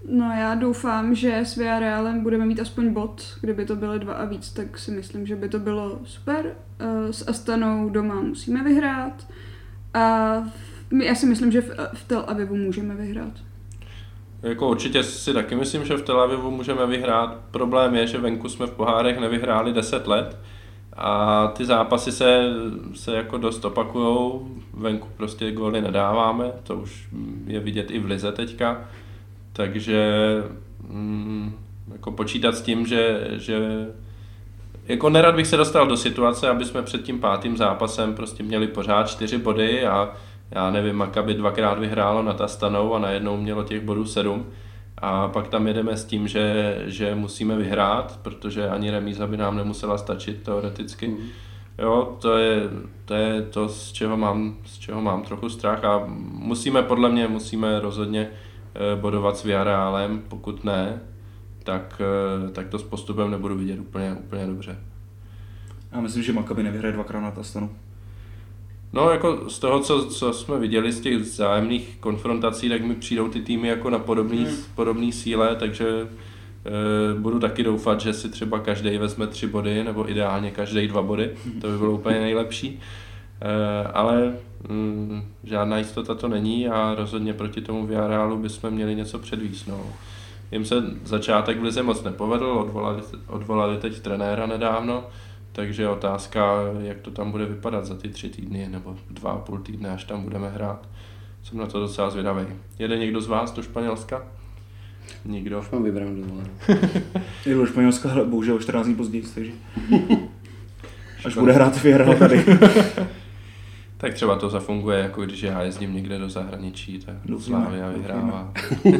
No já doufám, že s Villarrealem budeme mít aspoň bod. Kdyby to byly dva a víc, tak si myslím, že by to bylo super. S Astanou doma musíme vyhrát a já si myslím, že v Tel Avivu můžeme vyhrát. Jako určitě si taky myslím, že v Tel Avivu můžeme vyhrát. Problém je, že venku jsme v pohárech nevyhráli deset let a ty zápasy se, se jako dost opakujou. Venku prostě góly nedáváme, to už je vidět i v lize teďka. Takže mm, jako počítat s tím, že, že jako nerad bych se dostal do situace, aby jsme před tím pátým zápasem prostě měli pořád čtyři body a já nevím, Maccabi dvakrát vyhrálo nad Astanou a najednou mělo těch bodů sedm a pak tam jedeme s tím, že, že musíme vyhrát, protože ani remíza by nám nemusela stačit teoreticky. Mm. Jo, to je, to je to, z čeho mám, z čeho mám trochu strach a musíme, podle mě, musíme rozhodně bodovat s Villarrealem, pokud ne, tak, tak to s postupem nebudu vidět úplně, úplně dobře. Já myslím, že Maccabi nevyhraje dvakrát nad Astanu. No, jako z toho, co, co jsme viděli z těch vzájemných konfrontací, tak mi přijdou ty týmy jako na podobný, hmm. podobný síle, takže e, budu taky doufat, že si třeba každý vezme tři body, nebo ideálně každý dva body, to by bylo úplně nejlepší. E, ale mm, žádná jistota to není a rozhodně proti tomu Villarrealu bychom měli něco předvíst. No. Jim se začátek v lize moc nepovedl, odvolali, odvolali teď trenéra nedávno, takže je otázka, jak to tam bude vypadat za ty tři týdny nebo dva a půl týdny, až tam budeme hrát. Jsem na to docela zvědavý. Jede někdo z vás do Španělska? Nikdo? Už mám vybrán dovolenou. Jedu do Španělska, ale bohužel čtrnáct dní později, takže až bude hrát Villarreal tady. Tak třeba to zafunguje, jako když já jezdím někde do zahraničí, tak Slavia vyhrává.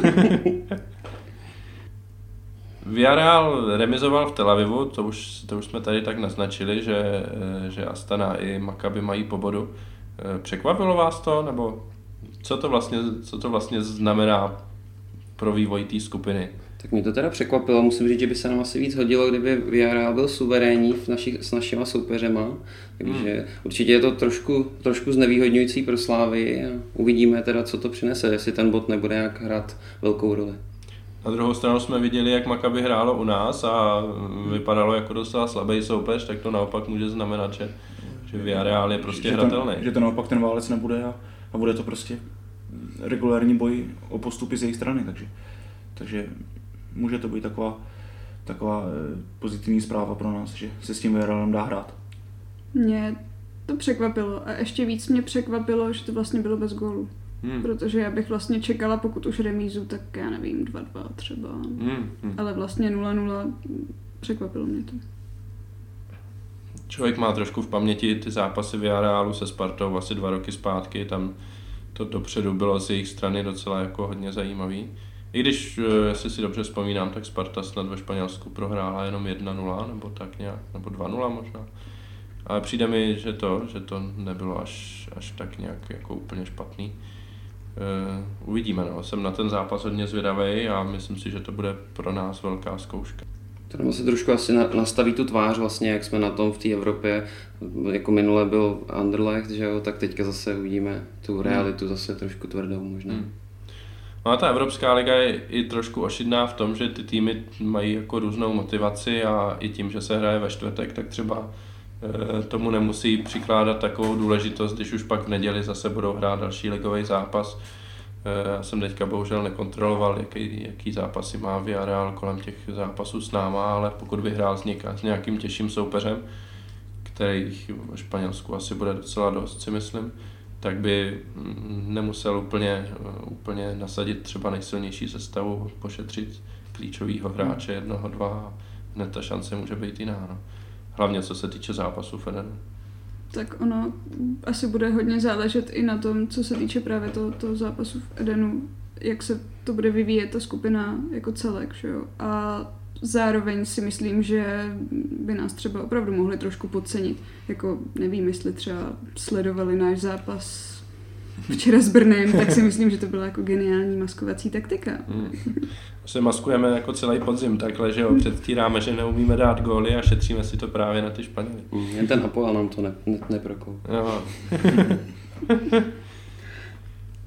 Villarreal remizoval v Tel Avivu, to už, to už jsme tady tak naznačili, že, že Astana i Maccabi mají po bodu. Překvapilo vás to, nebo co to vlastně, co to vlastně znamená pro vývoj té skupiny? Tak mě to teda překvapilo, musím říct, že by se nám asi víc hodilo, kdyby Villarreal byl suverénní v našich, s našima soupeřema, takže hmm. určitě je to trošku, trošku znevýhodňující pro Slavii a uvidíme teda, co to přinese, jestli ten bod nebude jak hrát velkou roli. Na druhou stranu jsme viděli, jak Maccabi hrálo u nás a vypadalo jako docela slabý soupeř, tak to naopak může znamenat, že, že Villarreal je prostě že hratelný. Ten, že to naopak ten válec nebude a, a bude to prostě regulární boj o postupy z jejich strany, takže, takže může to být taková, taková pozitivní zpráva pro nás, že se s tím Villarrealem dá hrát. Mě to překvapilo a ještě víc mě překvapilo, že to vlastně bylo bez gólu. Hmm. Protože já bych vlastně čekala, pokud už remízu, tak já nevím, dva dva třeba. Hmm. Hmm. Ale vlastně nula nula, překvapilo mě to. Člověk má trošku v paměti ty zápasy Villarrealu se Spartou asi dva roky zpátky, tam to dopředu bylo z jejich strany docela jako hodně zajímavý. I když, jestli si dobře vzpomínám, tak Sparta snad ve Španělsku prohrála jenom jedna nula, nebo tak nějak, nebo dva nula možná. Ale přijde mi, že to, že to nebylo až, až tak nějak jako úplně špatný. Uh, uvidíme, no. Jsem na ten zápas hodně zvědavý a myslím si, že to bude pro nás velká zkouška. To nám se trošku asi nastaví tu tvář vlastně, jak jsme na tom v té Evropě, jako minule byl Anderlecht, že jo, tak teďka zase uvidíme tu realitu zase trošku tvrdou možná. Hmm. No a ta Evropská liga je i trošku ošidná v tom, že ty týmy mají jako různou motivaci a i tím, že se hraje ve čtvrtek, tak třeba tomu nemusí přikládat takovou důležitost, když už pak v neděli zase budou hrát další ligový zápas. Já jsem teďka bohužel nekontroloval, jaký, jaký zápasy má Villarreal kolem těch zápasů s náma, ale pokud vyhrál s, něka, s nějakým těžším soupeřem, který v Španělsku asi bude docela dost, si myslím, tak by nemusel úplně, úplně nasadit třeba nejsilnější sestavu, pošetřit klíčovýho hráče, jednoho, dva a hned ta šance může být jiná. No. Hlavně co se týče zápasu v Edenu. Tak ono asi bude hodně záležet i na tom, co se týče právě toho, toho zápasu v Edenu, jak se to bude vyvíjet ta skupina jako celek, že jo. A zároveň si myslím, že by nás třeba opravdu mohli trošku podcenit. Jako nevím, jestli třeba sledovali náš zápas včera s Brnem, tak si myslím, že to byla jako geniální maskovací taktika. Hmm. Se maskujeme jako celý podzim takhle, že jo, předstíráme, že neumíme dát góly a šetříme si to právě na ty Španěly. Hmm, jen ten Apoel nám to ne, ne, neprokou. Jo.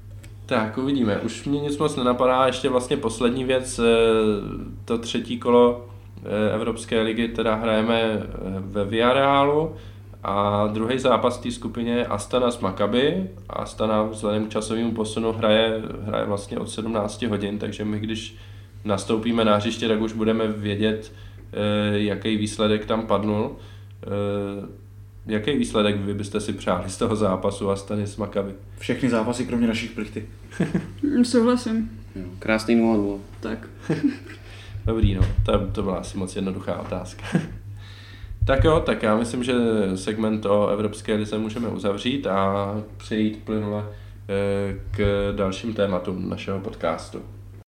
Tak, uvidíme. Už mě nic moc nenapadá. Ještě vlastně poslední věc, to třetí kolo Evropské ligy teda hrajeme ve Villarealu a druhý zápas té skupině je Astana s Maccabi. Astana vzhledem k časovému posunu hraje, hraje vlastně od sedmnáct hodin, takže my když nastoupíme na hřiště, tak už budeme vědět, jaký výsledek tam padnul. Jaký výsledek vy byste si přáli z toho zápasu Astany s Maccabi? Všechny zápasy, kromě našich plichty. Souhlasím. Krásný nula nula. Tak. Dobrý, no, to, to byla asi moc jednoduchá otázka. Tak jo, tak já myslím, že segment o Evropské lize můžeme uzavřít a přejít plynule k dalším tématům našeho podcastu.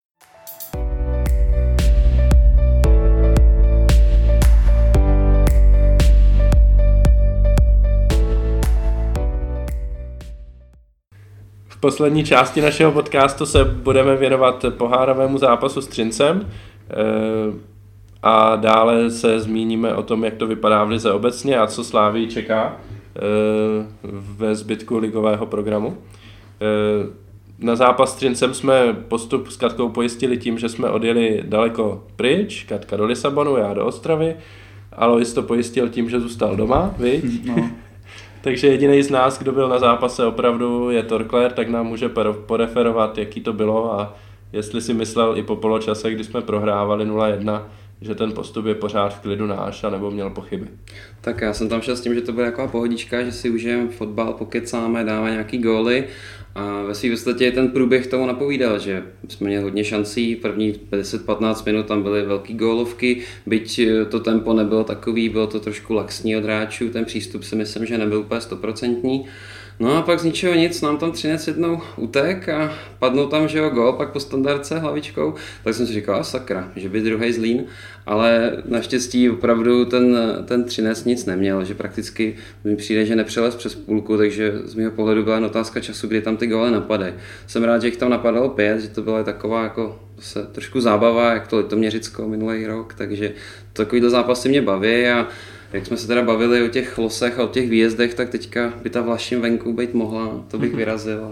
V poslední části našeho podcastu se budeme věnovat pohárovému zápasu s Třincem a dále se zmíníme o tom, jak to vypadá v lize obecně a co Slávii čeká ve zbytku ligového programu. Na zápas s Třincem jsme postup s Katkou pojistili tím, že jsme odjeli daleko pryč, Katka do Lisabonu, já do Ostravy. Alois to pojistil tím, že zůstal doma, viď? No. Takže jediný z nás, kdo byl na zápase opravdu, je Torkler, tak nám může poreferovat, jaký to bylo a jestli si myslel i po poločase, kdy jsme prohrávali nula jedna, že ten postup je pořád v klidu náš, anebo měl pochyby. Tak já jsem tam šel s tím, že to bude taková pohodička, že si užijeme fotbal, pokecáme, dáme nějaký góly a ve svým podstatě ten průběh tomu napovídal, že jsme měli hodně šancí, první deset patnáct minut tam byly velký gólovky, byť to tempo nebylo takový, bylo to trošku laxní od hráčů, ten přístup si myslím, že nebyl úplně stoprocentní. No a pak z ničeho nic, nám tam Třinec jednou utek a padnul tam, že jo, gól, pak po standardce hlavičkou, tak jsem si říkal, a sakra, že by druhý Zlín, ale naštěstí opravdu ten, ten Třinec nic neměl, že prakticky mi přijde, že nepřelez přes půlku, takže z mého pohledu byla otázka času, kdy tam ty góly napadají. Jsem rád, že jich tam napadalo pět, že to byla taková jako zase trošku zábava, jak to Litoměřicko minulý rok, takže takovýhle zápasy mě baví a jak jsme se teda bavili o těch losech a o těch výjezdech, tak teďka by ta Vlašim venku být mohla, to bych vyrazil.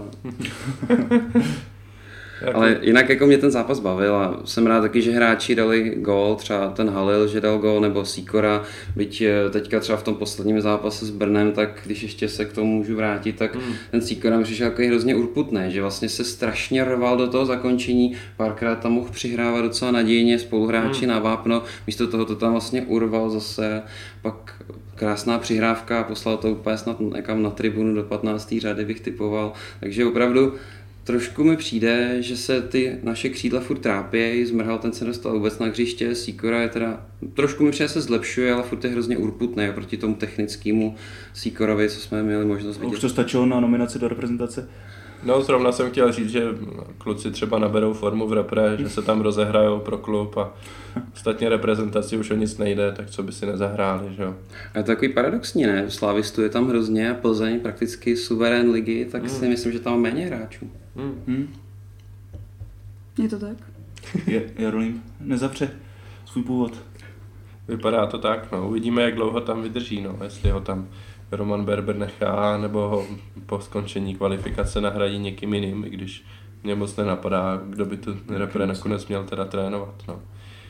Ale jinak jako mě ten zápas bavil a jsem rád taky, že hráči dali gól, třeba ten Halil, že dal gól, nebo Sikora, byť teďka třeba v tom posledním zápase s Brnem, tak když ještě se k tomu můžu vrátit, tak hmm. ten Sikora mi přišel jako hrozně urputný, že vlastně se strašně rval do toho zakončení, párkrát tam mohl přihrávat docela nadějně spoluhráči hmm. na vápno, místo toho to tam vlastně urval zase, pak krásná přihrávka, poslal to úplně snad někam na tribunu do patnácté řady bych typoval, takže opravdu trošku mi přijde, že se ty naše křídla furt trápějí, Zmrhal ten se dostal vůbec na hřiště, Sikora je teda, trošku mi přijde se zlepšuje, ale furt je hrozně urputný proti tomu technickému Sikorovi, co jsme měli možnost vidět. Už to stačilo na nominaci do reprezentace? No zrovna jsem chtěl říct, že kluci třeba naberou formu v repre, že se tam rozehrajou pro klub a ostatně reprezentaci už o nic nejde, tak co by si nezahráli, že jo. A je to takový paradoxní, ne? Slávistu je tam hrozně a Plzeň prakticky suverén ligy, tak hmm. si myslím, že tam méně hráčů. Hmm. Hmm. Je to tak? Je, Jarolím nezapře svůj původ. Vypadá to tak, no. Uvidíme, jak dlouho tam vydrží, no. Jestli ho tam Roman Berber nechá, nebo ho po skončení kvalifikace nahradí někým jiným, i když mě moc nenapadá, kdo by tu repre nakonec měl teda trénovat, no.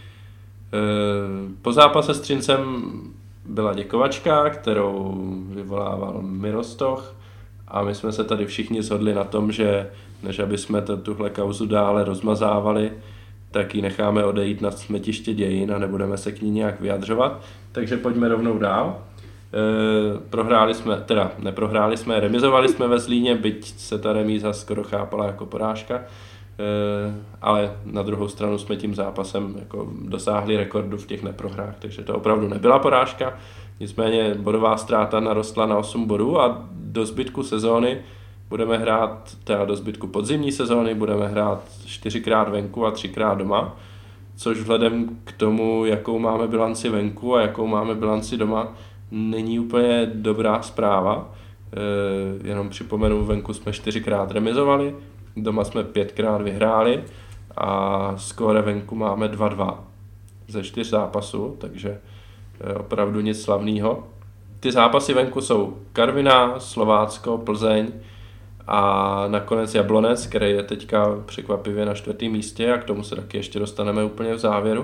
Po zápase s Třincem byla děkovačka, kterou vyvolával Mirostoch a my jsme se tady všichni shodli na tom, že než aby jsme tuhle kauzu dále rozmazávali, tak ji necháme odejít na smetiště dějin a nebudeme se k ní nějak vyjadřovat. Takže pojďme rovnou dál. E, prohráli jsme, teda neprohráli jsme, remizovali jsme ve Zlíně, byť se ta remíza skoro chápala jako porážka, e, ale na druhou stranu jsme tím zápasem jako dosáhli rekordu v těch neprohrách, takže to opravdu nebyla porážka. Nicméně bodová ztráta narostla na osm bodů a do zbytku sezóny budeme hrát, teda do zbytku podzimní sezóny budeme hrát čtyřikrát venku a třikrát doma, což vzhledem k tomu, jakou máme bilanci venku a jakou máme bilanci doma, není úplně dobrá zpráva. E, jenom připomenu, venku jsme čtyřikrát remizovali, doma jsme pětkrát vyhráli a skóre venku máme dva dva ze čtyř zápasů, takže e, opravdu nic slavného. Ty zápasy venku jsou Karviná, Slovácko, Plzeň a nakonec Jablonec, který je teďka překvapivě na čtvrtém místě a k tomu se taky ještě dostaneme úplně v závěru.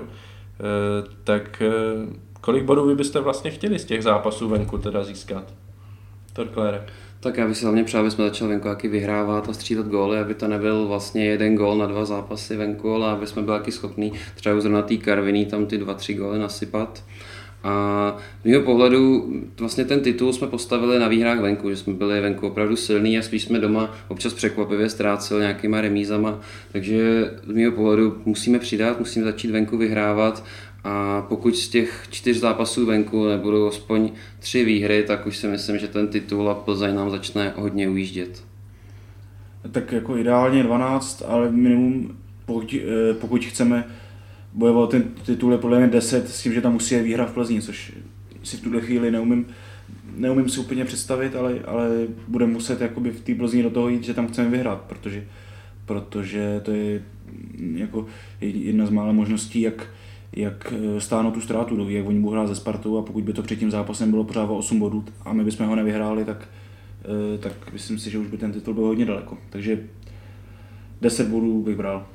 Tak kolik bodů vy byste vlastně chtěli z těch zápasů venku teda získat? Torklére. Tak já bych si hlavně přál, aby jsme začali venku taky vyhrávat a střílet góly, aby to nebyl vlastně jeden gól na dva zápasy venku, ale aby jsme byli taky schopní třeba zrovna tý Karviní tam ty dva, tři góly nasypat. A z mého pohledu vlastně ten titul jsme postavili na výhrách venku, že jsme byli venku opravdu silní a spíš jsme doma občas překvapivě ztráceli nějakýma remízama, takže z mého pohledu musíme přidat, musíme začít venku vyhrávat a pokud z těch čtyř zápasů venku nebudou aspoň tři výhry, tak už si myslím, že ten titul a Plzeň nám začne hodně ujíždět. Tak jako ideálně dvanáct, ale minimum, pokud, pokud chceme bojovat ten titul, je podle mě deset, s tím, že tam musí je výhra v Plzni, což si v tuhle chvíli neumím, neumím si úplně představit, ale, ale budeme muset jakoby v té Plzni do toho jít, že tam chceme vyhrát, protože, protože to je jako jedna z mála možností, jak, jak stáhnout tu ztrátu, jak oni budou hrát ze Spartou a pokud by to před tím zápasem bylo pořád o osm bodů a my bychom ho nevyhráli, tak, tak myslím si, že už by ten titul byl hodně daleko. Takže deset bodů bych bral.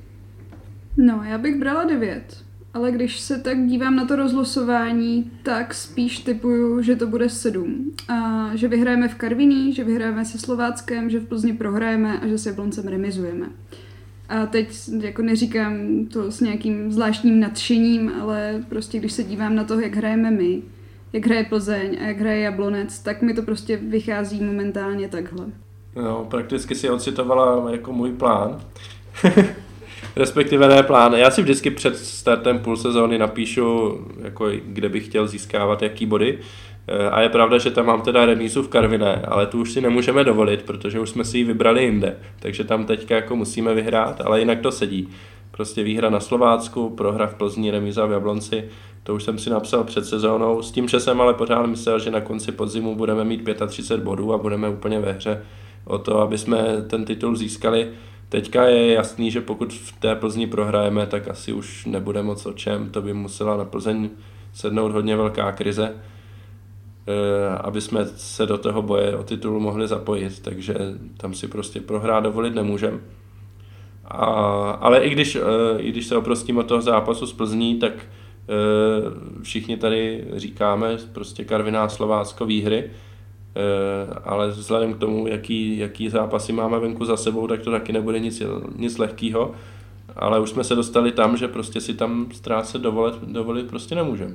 No, já bych brala devět, ale když se tak dívám na to rozlosování, tak spíš typuju, že to bude sedm. A že vyhrajeme v Karviní, že vyhrajeme se Slováckem, že v Plzni prohrajeme a že se Jabloncem remizujeme. A teď jako neříkám to s nějakým zvláštním nadšením, ale prostě když se dívám na to, jak hrajeme my, jak hraje Plzeň a jak hraje Jablonec, tak mi to prostě vychází momentálně takhle. No, prakticky si ocitovala jako můj plán. Respektive ne plán. Já si vždycky před startem půl sezóny napíšu, jako kde bych chtěl získávat jaký body. A je pravda, že tam mám teda remízu v Karviné, ale tu už si nemůžeme dovolit, protože už jsme si ji vybrali jinde. Takže tam teďka jako musíme vyhrát, ale jinak to sedí. Prostě výhra na Slovácku, prohra v Plzni, remíza v Jablonci, to už jsem si napsal před sezónou. S tím, že jsem ale pořád myslel, že na konci podzimu budeme mít třicet pět bodů a budeme úplně ve hře o to, aby jsme ten titul získali. Teďka je jasný, že pokud v té Plzni prohrajeme, tak asi už nebude moc o čem. To by musela na Plzeň sednout hodně velká krize, aby jsme se do toho boje o titul mohli zapojit. Takže tam si prostě prohrát dovolit nemůžeme. A, ale i když, i když se oprostím od toho zápasu s Plzní, tak všichni tady říkáme prostě Karviná, Slovácko, výhry. Ale vzhledem k tomu, jaký, jaký zápasy máme venku za sebou, tak to taky nebude nic, nic lehkýho. Ale už jsme se dostali tam, že prostě si tam ztrácet dovolit, dovolit prostě nemůžeme.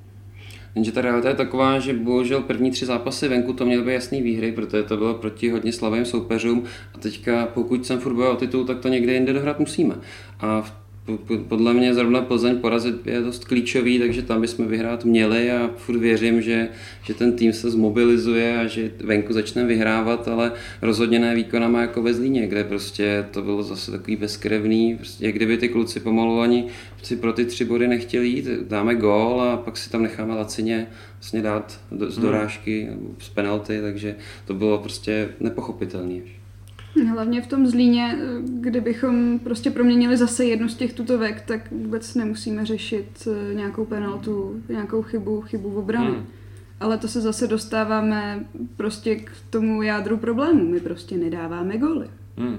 Jenže ta realita je taková, že bohužel první tři zápasy venku to měly být jasný výhry, protože to bylo proti hodně slabým soupeřům a teďka pokud jsem furt bojoval o titul, tak to někde jinde dohrát musíme. A v podle mě zrovna Plzeň porazit je dost klíčový, takže tam bychom vyhrát měli a furt věřím, že, že ten tým se zmobilizuje a že venku začne vyhrávat, ale rozhodně ne výkonama jako ve Zlíně, kde prostě to bylo zase takový bezkrevný, prostě kdyby ty kluci pomalu ani si pro ty tři body nechtěli jít, dáme gól a pak si tam necháme lacině vlastně dát do, z dorážky, hmm. z penalty, takže to bylo prostě nepochopitelné. Hlavně v tom Zlíně, kdybychom prostě proměnili zase jednu z těch tutovek, tak vůbec nemusíme řešit nějakou penaltu, nějakou chybu, chybu v obranu. Hmm. Ale to se zase dostáváme prostě k tomu jádru problému. My prostě nedáváme góly. Hmm.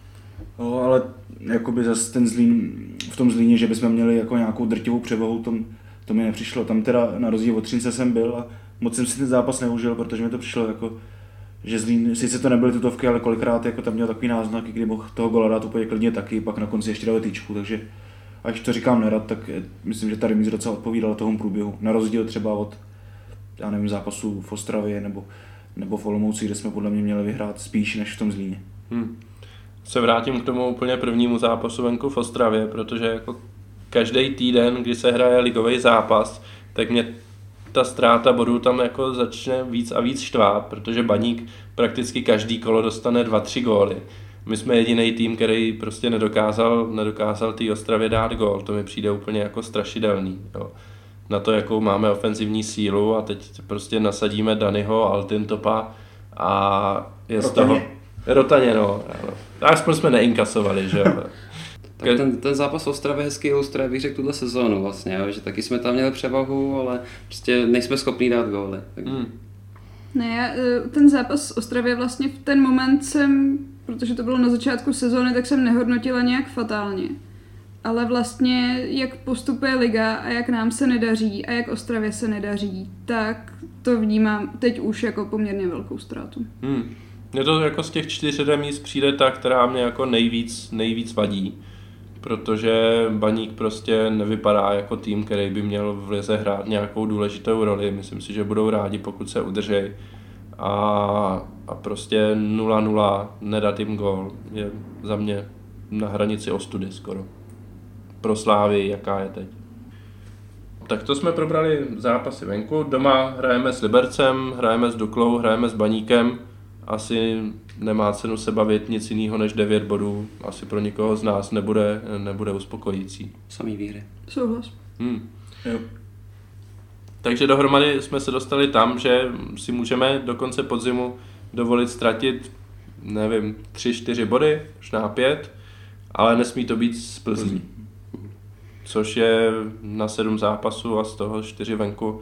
No, ale jakoby zase ten Zlín, v tom Zlíně, že bychom měli jako nějakou drtivou převahu, tom, to mi nepřišlo. Tam teda na rozdíl od Třince jsem byl a moc jsem si ten zápas neužil, protože mi to přišlo jako že Zlín, sice to nebyly tutovky, ale kolikrát jako tam měl takový náznak, kdy mohl toho gola dát úplně klidně taky, pak na konci ještě dal tyčku, takže až to říkám nerad, tak myslím, že ta remíza docela odpovídala tomu průběhu, na rozdíl třeba od, já nevím, zápasů v Ostravě nebo, nebo v Olomouci, kde jsme podle mě měli vyhrát spíš než v tom Zlíně. Hmm. Se vrátím k tomu úplně prvnímu zápasu venku v Ostravě, protože jako každý týden, kdy se hraje ligový zápas, tak mě ta ztráta bodů tam jako začne víc a víc štvát, protože Baník prakticky každý kolo dostane dva, tři góly. My jsme jediný tým, který prostě nedokázal, nedokázal té Ostravě dát gól. To mi přijde úplně jako strašidelný. Jo. Na to, jakou máme ofenzivní sílu a teď prostě nasadíme Danyho, Altintopa a je z toho... Rotaně, no. Aspoň jsme neinkasovali, že jo. Tak ten, ten zápas v Ostravě hezky ilustruje, bych řekl, tuhle sezónu vlastně, jo, že taky jsme tam měli převahu, ale prostě nejsme schopní dát góly. Tak... Hmm. Ne, já, ten zápas s Ostravě vlastně v ten moment jsem, protože to bylo na začátku sezóny, tak jsem nehodnotila nějak fatálně. Ale vlastně jak postupuje liga a jak nám se nedaří a jak Ostravě se nedaří, tak to vnímám teď už jako poměrně velkou ztrátu. Hmm. Mně to jako z těch čtyř remíz přijde ta, která mě jako nejvíc, nejvíc vadí. Protože Baník prostě nevypadá jako tým, který by měl v lize hrát nějakou důležitou roli. Myslím si, že budou rádi, pokud se udržej. A, a prostě nula nula, nedat jim gól, je za mě na hranici ostudy skoro. Pro Slávy, jaká je teď. Tak to jsme probrali zápasy venku. Doma hrajeme s Libercem, hrajeme s Duklou, hrajeme s Baníkem. Asi nemá cenu se bavit nic jiného než devět bodů. Asi pro nikoho z nás nebude, nebude uspokojící. Samý výhry. Souhlas. Hmm. Jo. Takže dohromady jsme se dostali tam, že si můžeme do konce podzimu dovolit ztratit, nevím, tři, čtyři body, možná pět, ale nesmí to být z Plzní. Což je na sedm zápasů a z toho čtyři venku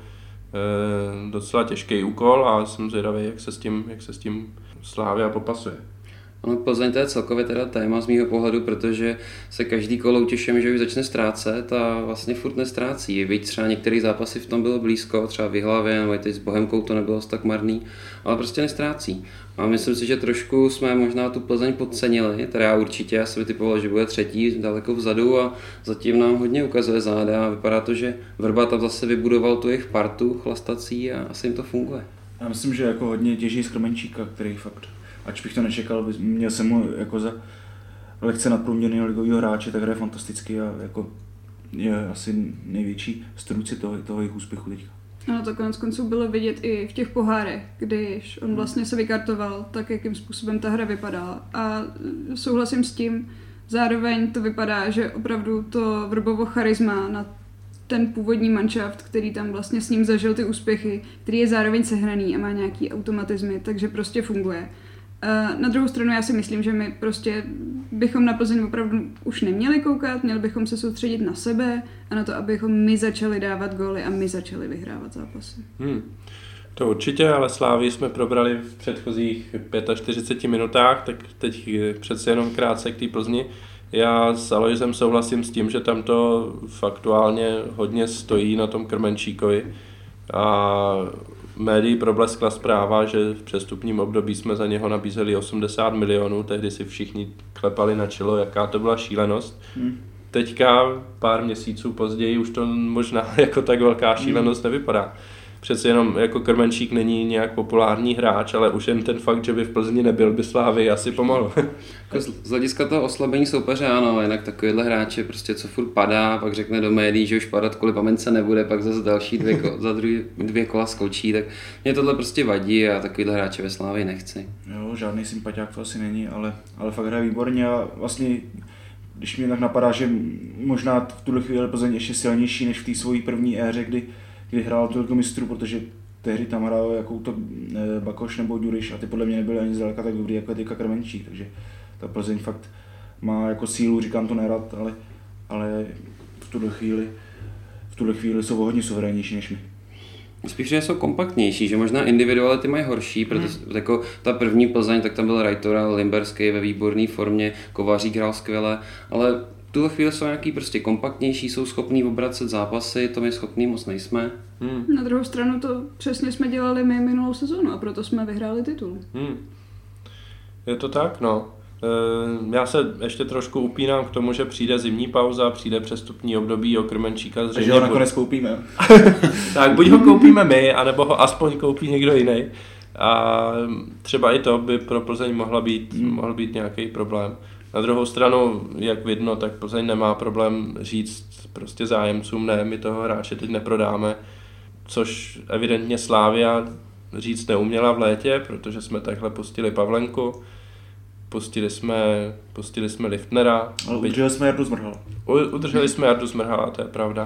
e, docela těžký úkol a jsem zvědavý, jak se s tím, jak se s tím Slavia popasuje. Ono Plzeň to je celkově teda téma z mýho pohledu, protože se každý kolo utěším, že už začne ztrácet a vlastně furt nestrácí. Víc třeba některé zápasy v tom bylo blízko, třeba v Jihlavě, nebo teď s Bohemkou to nebylo tak marný, ale prostě nestrácí. A myslím si, že trošku jsme možná tu Plzeň podcenili, teda já určitě, já jsem typoval, že bude třetí daleko vzadu a zatím nám hodně ukazuje záda a vypadá to, že Vrba tam zase vybudoval tu jejich partu chlastací a asi jim to funguje. Já myslím, že jako hodně těží z Krmenčíka, který fakt, ač bych to nečekal, měl jsem mu jako za lehce nadprůměrného ligového hráče, tak hraje fantasticky a jako je asi největší strůjci toho, toho jejich úspěchu teďka. Ano, to konec konců bylo vidět i v těch pohárech, když on vlastně se vykartoval, tak jakým způsobem ta hra vypadala. A souhlasím s tím, zároveň to vypadá, že opravdu to Vrbovo charisma na ten původní manšaft, který tam vlastně s ním zažil ty úspěchy, který je zároveň sehraný a má nějaký automatizmy, takže prostě funguje. Na druhou stranu já si myslím, že my prostě bychom na Plzeň opravdu už neměli koukat, měli bychom se soustředit na sebe a na to, abychom my začali dávat góly a my začali vyhrávat zápasy. Hmm. To určitě, ale Slávii jsme probrali v předchozích čtyřiceti pěti minutách, tak teď přece jenom krátce k té Plzni. Já s Alojzem souhlasím s tím, že tam to faktuálně hodně stojí na tom Krmenčíkovi a médií probleskla zpráva, že v přestupním období jsme za něho nabízeli osmdesát milionů, tehdy si všichni klepali na čelo, jaká to byla šílenost. Hmm. Teďka, pár měsíců později, už to možná jako tak velká šílenost hmm. nevypadá. Přece jenom jako Krmenčík není nějak populární hráč, ale už jen ten fakt, že by v Plzni nebyl, by Slávy asi pomohl. Z hlediska toho oslabení soupeře ano, jinak takovýhle hráče prostě co furt padá, pak řekne do médií, že už padat kvůli pamence nebude, pak zase další dvě, ko- za druhý, dvě kola skočí, tak mě tohle prostě vadí a takovýhle hráče ve Slávii nechci. Jo, žádný sympatiák to asi není, ale, ale fakt hraje výborně a vlastně když mě tak napadá, že možná v tuhle chvíli Plzeň ještě silnější než v té svojí první éře, kdy kdy hrál toliko mistrů, protože tehdy tam hrál jakou to Bakoš nebo Ďuriš a ty podle mě nebyly ani zdaleka tak dobrý, jako je teďka Krmenčík, takže ta Plzeň fakt má jako sílu, říkám to nerad, ale, ale v tuhle chvíli v tuhle chvíli jsou hodně suverénnější než my. Spíš, že jsou kompaktnější, že možná individuality mají horší, protože hmm. jako ta první Plzeň, tak tam byl Rajtora, Limberský ve výborné formě, Kovařík hrál skvěle, ale v tuhle chvíli jsou nějaký prostě kompaktnější, jsou schopní obracet zápasy, to my schopní moc nejsme. Hmm. Na druhou stranu to přesně jsme dělali my minulou sezónu a proto jsme vyhráli titul. Hmm. Je to tak, no. E, já se ještě trošku upínám k tomu, že přijde zimní pauza, přijde přestupní období o Krmenčíka. Takže ho nakonec koupíme. Tak buď ho koupíme my, anebo ho aspoň koupí někdo jiný. A třeba i to by pro Plzeň mohla být, hmm. mohl být nějaký problém. Na druhou stranu, jak vidno, tak Plzeň nemá problém říct prostě zájemcům, ne, my toho hráče teď neprodáme, což evidentně Slavia říct neuměla v létě, protože jsme takhle pustili Pavlenku, pustili jsme, pustili jsme Liftnera. Ale udrželi jsme Jardu Zmrhala. Udrželi jsme Jardu Zmrhala, to je pravda.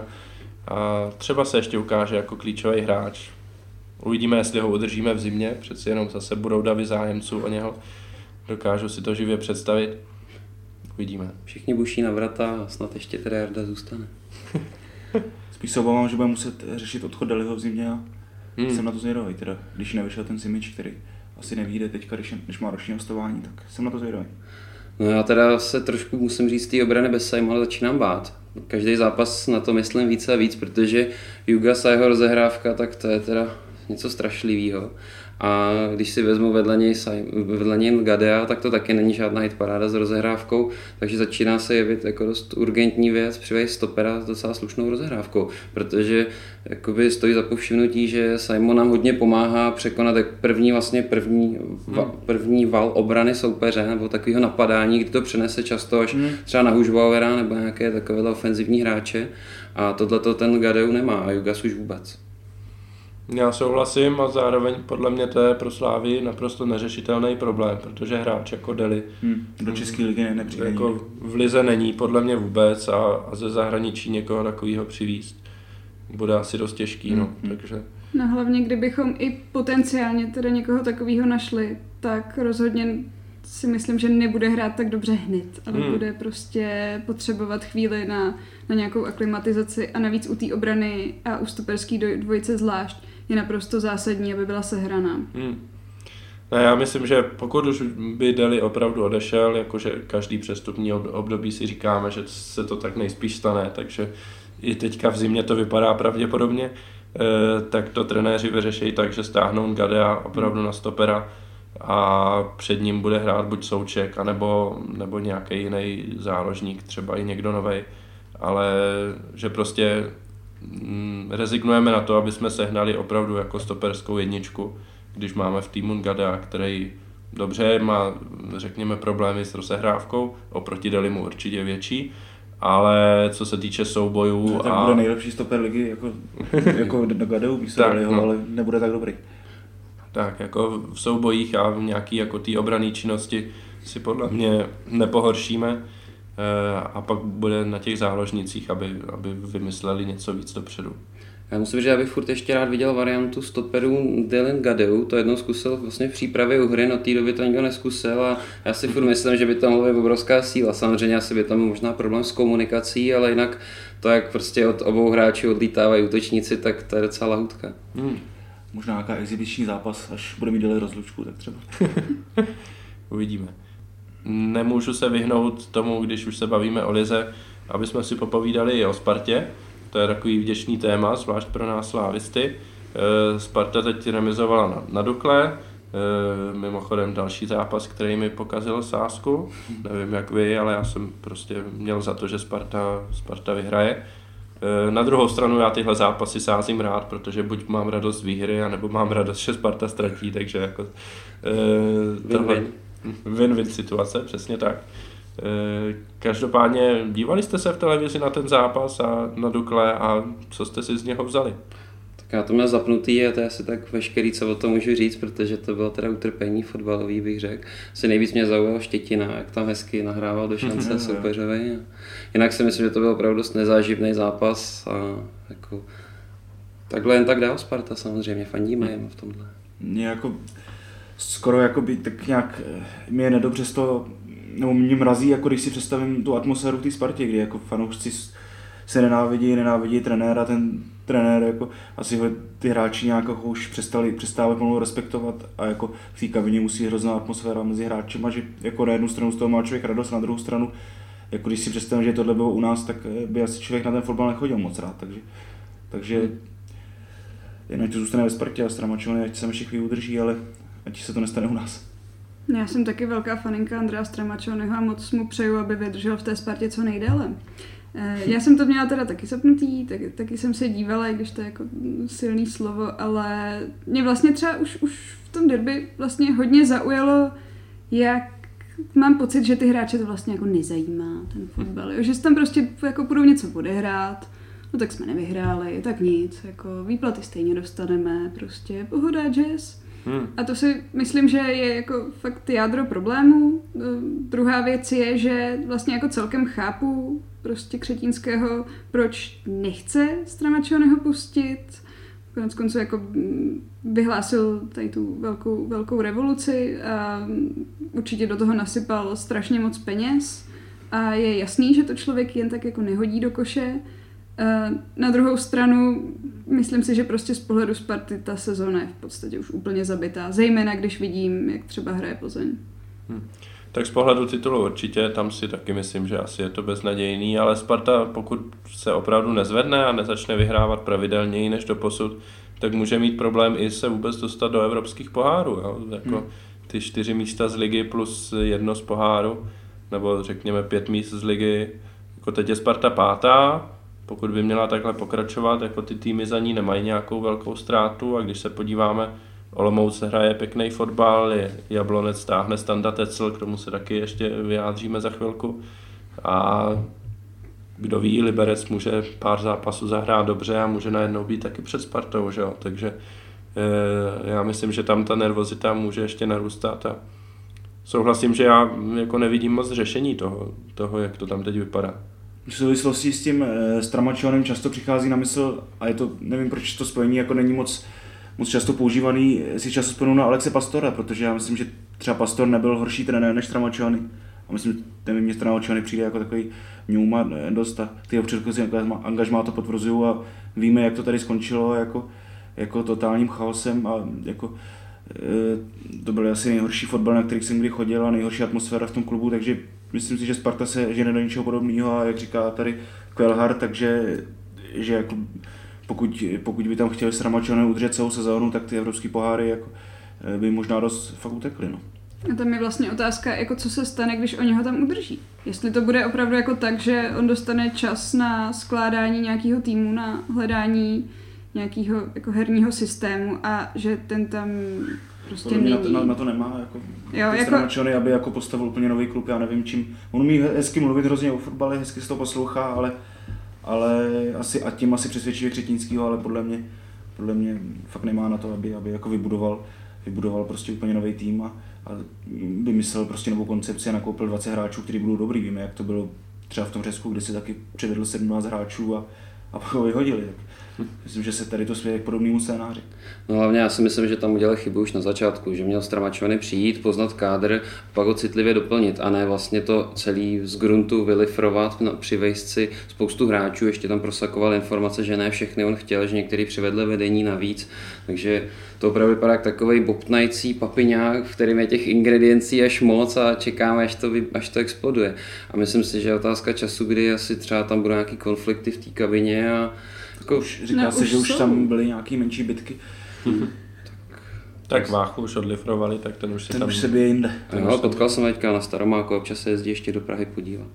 A třeba se ještě ukáže jako klíčový hráč. Uvidíme, jestli ho udržíme v zimě, přeci jenom zase budou davy zájemců o něho. Dokážu si to živě představit. Uvidíme. Všichni buší na vrata a snad ještě teda Jarda zůstane. Spíš se obávám, že budeme muset řešit odchod Deliho v zimě a Hmm. Jsem na to zvědavý, teda, když nevyšel ten Simic, který asi nevyjde teďka, když, když má roční hostování, tak jsem na to zvědavý. No já teda se trošku musím říct té obrany bez Saima, ale začínám bát. Každý zápas na to myslím víc a víc, protože Jugas a jeho rozehrávka, tak to je teda něco strašlivého. A když si vezmu vedle něj, vedle něj Gadea, tak to taky není žádná hitparáda s rozehrávkou, takže začíná se jevit jako dost urgentní věc přivést stopera s docela slušnou rozehrávkou, protože jakoby stojí za povšimnutí, že Simon nám hodně pomáhá překonat první, vlastně první, va, první val obrany soupeře nebo takového napadání, kdy to přenese často až hmm. třeba na Hušbauera nebo nějaké takovéhle ofenzivní hráče a tohleto ten Gadeu nemá a Jugas už vůbec. Já souhlasím a zároveň podle mě to je pro Slávii naprosto neřešitelný problém, protože hráč jako Deli hmm, do české ligy nepřijde. Jako v lize není podle mě vůbec a, a ze zahraničí někoho takového přivízt bude asi dost těžký. Hmm. No, takže... no hlavně kdybychom i potenciálně teda někoho takového našli, tak rozhodně si myslím, že nebude hrát tak dobře hned, ale hmm. bude prostě potřebovat chvíli na, na nějakou aklimatizaci a navíc u té obrany a u stoperský dvojice zvlášť je naprosto zásadní, aby byla sehraná. Hmm. No, já myslím, že pokud už by Deli opravdu odešel, jakože každý přestupní období si říkáme, že se to tak nejspíš stane, takže i teďka v zimě to vypadá pravděpodobně, eh, tak to trenéři vyřeší tak, že stáhnou Gadea opravdu na stopera a před ním bude hrát buď Souček, anebo, nebo nějaký jiný záložník, třeba i někdo novej, ale že prostě mm, rezignujeme na to, aby jsme sehnali opravdu jako stoperskou jedničku, když máme v týmu Gadea, který dobře má, řekněme, problémy s rozehrávkou, oproti Delimu určitě větší, ale co se týče soubojů... No, tak a... bude nejlepší stoper ligy, jako, jako do Gadeu by se dali ho, no. Ale nebude tak dobrý. Tak jako v soubojích a v nějaký jako té obranné činnosti si podle mě nepohoršíme a pak bude na těch záložnicích, aby, aby vymysleli něco víc dopředu. Já musím říct, že já bych furt ještě rád viděl variantu stoperů Dylan Gadeu, to jednou zkusil vlastně v přípravě u hry, no té doby to nikdo neskusil a já si furt myslím, že by tam mohla být obrovská síla. Samozřejmě asi by tam možná problém s komunikací, ale jinak to, jak prostě od obou hráčů odlítávají útočníci, tak to je docela lahutka. Hmm. Možná nějaká exibiční zápas, až bude mít Deli rozlučku, tak třeba. Uvidíme. Nemůžu se vyhnout tomu, když už se bavíme o lize, aby jsme si popovídali i o Spartě. To je takový vděčný téma, zvlášť pro nás slávisty. Sparta teď remizovala na, na Dukle, mimochodem další zápas, který mi pokazil sázku. Nevím jak vy, ale já jsem prostě měl za to, že Sparta, Sparta vyhraje. Na druhou stranu já tyhle zápasy sázím rád, protože buď mám radost z výhry, anebo mám radost, že Sparta ztratí, takže jako tohle win-win situace, přesně tak. Každopádně dívali jste se v televizi na ten zápas a na Dukle a co jste si z něho vzali? Tak já to měl zapnutý a to je asi tak veškerý, co o tom můžu říct, protože to bylo teda utrpení fotbalový, bych řekl. Asi nejvíc mě zaujal Štětina, jak tam hezky nahrával do šance soupeřovi. Jinak si myslím, že to byl opravdu dost nezáživný zápas a jako takhle jen tak dál Sparta samozřejmě, fandíme jim v tomhle. Mě jako skoro jakoby tak nějak mě je nedobře z toho, nebo mě mrazí, jako když si představím tu atmosféru v té Spartě, kdy jako fanoušci se nenávidí, nenávidí trenéra, ten trenér jako asi ho ty hráči nějak jako už přestali, přestávají pomalu respektovat a jako v té kabině musí hrozná atmosféra mezi hráčima, že jako na jednu stranu z toho má člověk radost, na druhou stranu, jako když si představím, že tohle bylo u nás, tak by asi člověk na ten fotbal nechodil moc rád, takže, takže jen to zůstane ve Spartě a Stramačony, ať se ještě chvíli udrží, ale ať se to nestane u nás. Já jsem taky velká faninka Andrea Stramačonyho a moc mu přeju, aby vydržel v té Spartě co nejdéle. Já jsem to měla teda taky zapnutý, tak, taky jsem se dívala, i když to je jako silný slovo, ale mě vlastně třeba už, už v tom derby vlastně hodně zaujalo, jak mám pocit, že ty hráče to vlastně jako nezajímá, ten fotbal, že si tam prostě jako budou něco odehrát, no tak jsme nevyhráli, tak nic, jako výplaty stejně dostaneme, prostě pohoda, jazz. Hmm. A to si myslím, že je jako fakt jádro problému. Druhá věc je, že vlastně jako celkem chápu prostě Křetínského, proč nechce Stramačonyho pustit. Konec konců jako vyhlásil tady tu velkou, velkou revoluci a určitě do toho nasypal strašně moc peněz. A je jasný, že to člověk jen tak jako nehodí do koše. Na druhou stranu, myslím si, že prostě z pohledu Sparty ta sezóna je v podstatě už úplně zabitá, zejména když vidím, jak třeba hraje Plzeň. Hmm. Tak z pohledu titulu určitě, tam si taky myslím, že asi je to beznadějný, ale Sparta, pokud se opravdu nezvedne a nezačne vyhrávat pravidelněji než doposud, tak může mít problém i se vůbec dostat do evropských pohárů. Jo? Jako hmm. ty čtyři místa z ligy plus jedno z poháru, nebo řekněme pět míst z ligy. Jako teď je Sparta pátá, pokud by měla takhle pokračovat, jako ty týmy za ní nemají nějakou velkou ztrátu a když se podíváme, Olomouc hraje pěkný fotbal, Jablonec stáhne Standa Tecl, k tomu se taky ještě vyjádříme za chvilku. A kdo ví, Liberec může pár zápasů zahrát dobře a může najednou být taky před Spartou, že jo? Takže e, já myslím, že tam ta nervozita může ještě narůstat a souhlasím, že já jako nevidím moc řešení toho, toho, jak to tam teď vypadá. V souvislosti s tím e, s Tramačonem často přichází na mysl, a je to, nevím proč to spojení jako není moc moc často používaný, si často vzpomenu na Alexe Pastora, protože já myslím, že třeba Pastor nebyl horší trenér než Tramačony. A myslím, že mě Tramačony přijde jako takový ňůma dost a ty jeho předchozí angažmá to potvrzují a víme, jak to tady skončilo jako, jako totálním chaosem a jako e, to byl asi nejhorší fotbal, na který jsem kdy chodil a nejhorší atmosféra v tom klubu, takže myslím si, že Sparta se žene do něčeho podobného a jak říká tady Kvelhar, takže že jako Pokud, pokud by tam chtěli s Tramačonem udržet celou sezónu, tak ty evropské poháry jako, by možná dost fakt utekly. No. A tam je vlastně otázka, jako co se stane, když oni ho tam udrží. Jestli to bude opravdu jako tak, že on dostane čas na skládání nějakého týmu, na hledání nějakého jako herního systému a že ten tam prostě není. Na to, na, na to nemá jako, jo, jako... Tramačony, aby jako postavil úplně nový klub, já nevím čím. On umí hezky mluvit hrozně o fotbale, hezky se to poslouchá, ale ale asi a tím asi přesvědčí Křetínskýho, ale podle mě, podle mě fakt nemá na to, aby, aby jako vybudoval, vybudoval prostě úplně nový tým a, a vymyslel prostě novou koncepci a nakoupil dvacet hráčů, kteří budou dobrý. Víme, jak to bylo třeba v tom Řecku, kde si taky přivedl sedmnáct hráčů a, a pak ho vyhodili. Tak myslím, že se tady to svěje k podobnému scénáři. No hlavně já si myslím, že tam udělal chybu už na začátku, že měl Tramačony přijít, poznat kádr, pak ho citlivě doplnit a ne vlastně to celý z gruntu vylifrovat, přivést si spoustu hráčů, ještě tam prosakoval informace, že ne všechny on chtěl, že některý přivedli vedení navíc, takže to opravdu vypadá jak takovej bobtnající papiňák, v kterém je těch ingrediencí až moc a čekáme, až to, až to exploduje. A myslím si, že je otázka času, kdy asi třeba tam budou nějaký konflikty v té kabině a jako už říká no, se, už že už jsou. Tam byly nějaký menší bitky. Mm-hmm. tak, tak Váchu už odlifrovali, tak ten už se ten tam... už se bije jinde. No, potkal jsem teďka na Staromáku, občas se jezdí ještě do Prahy podívat.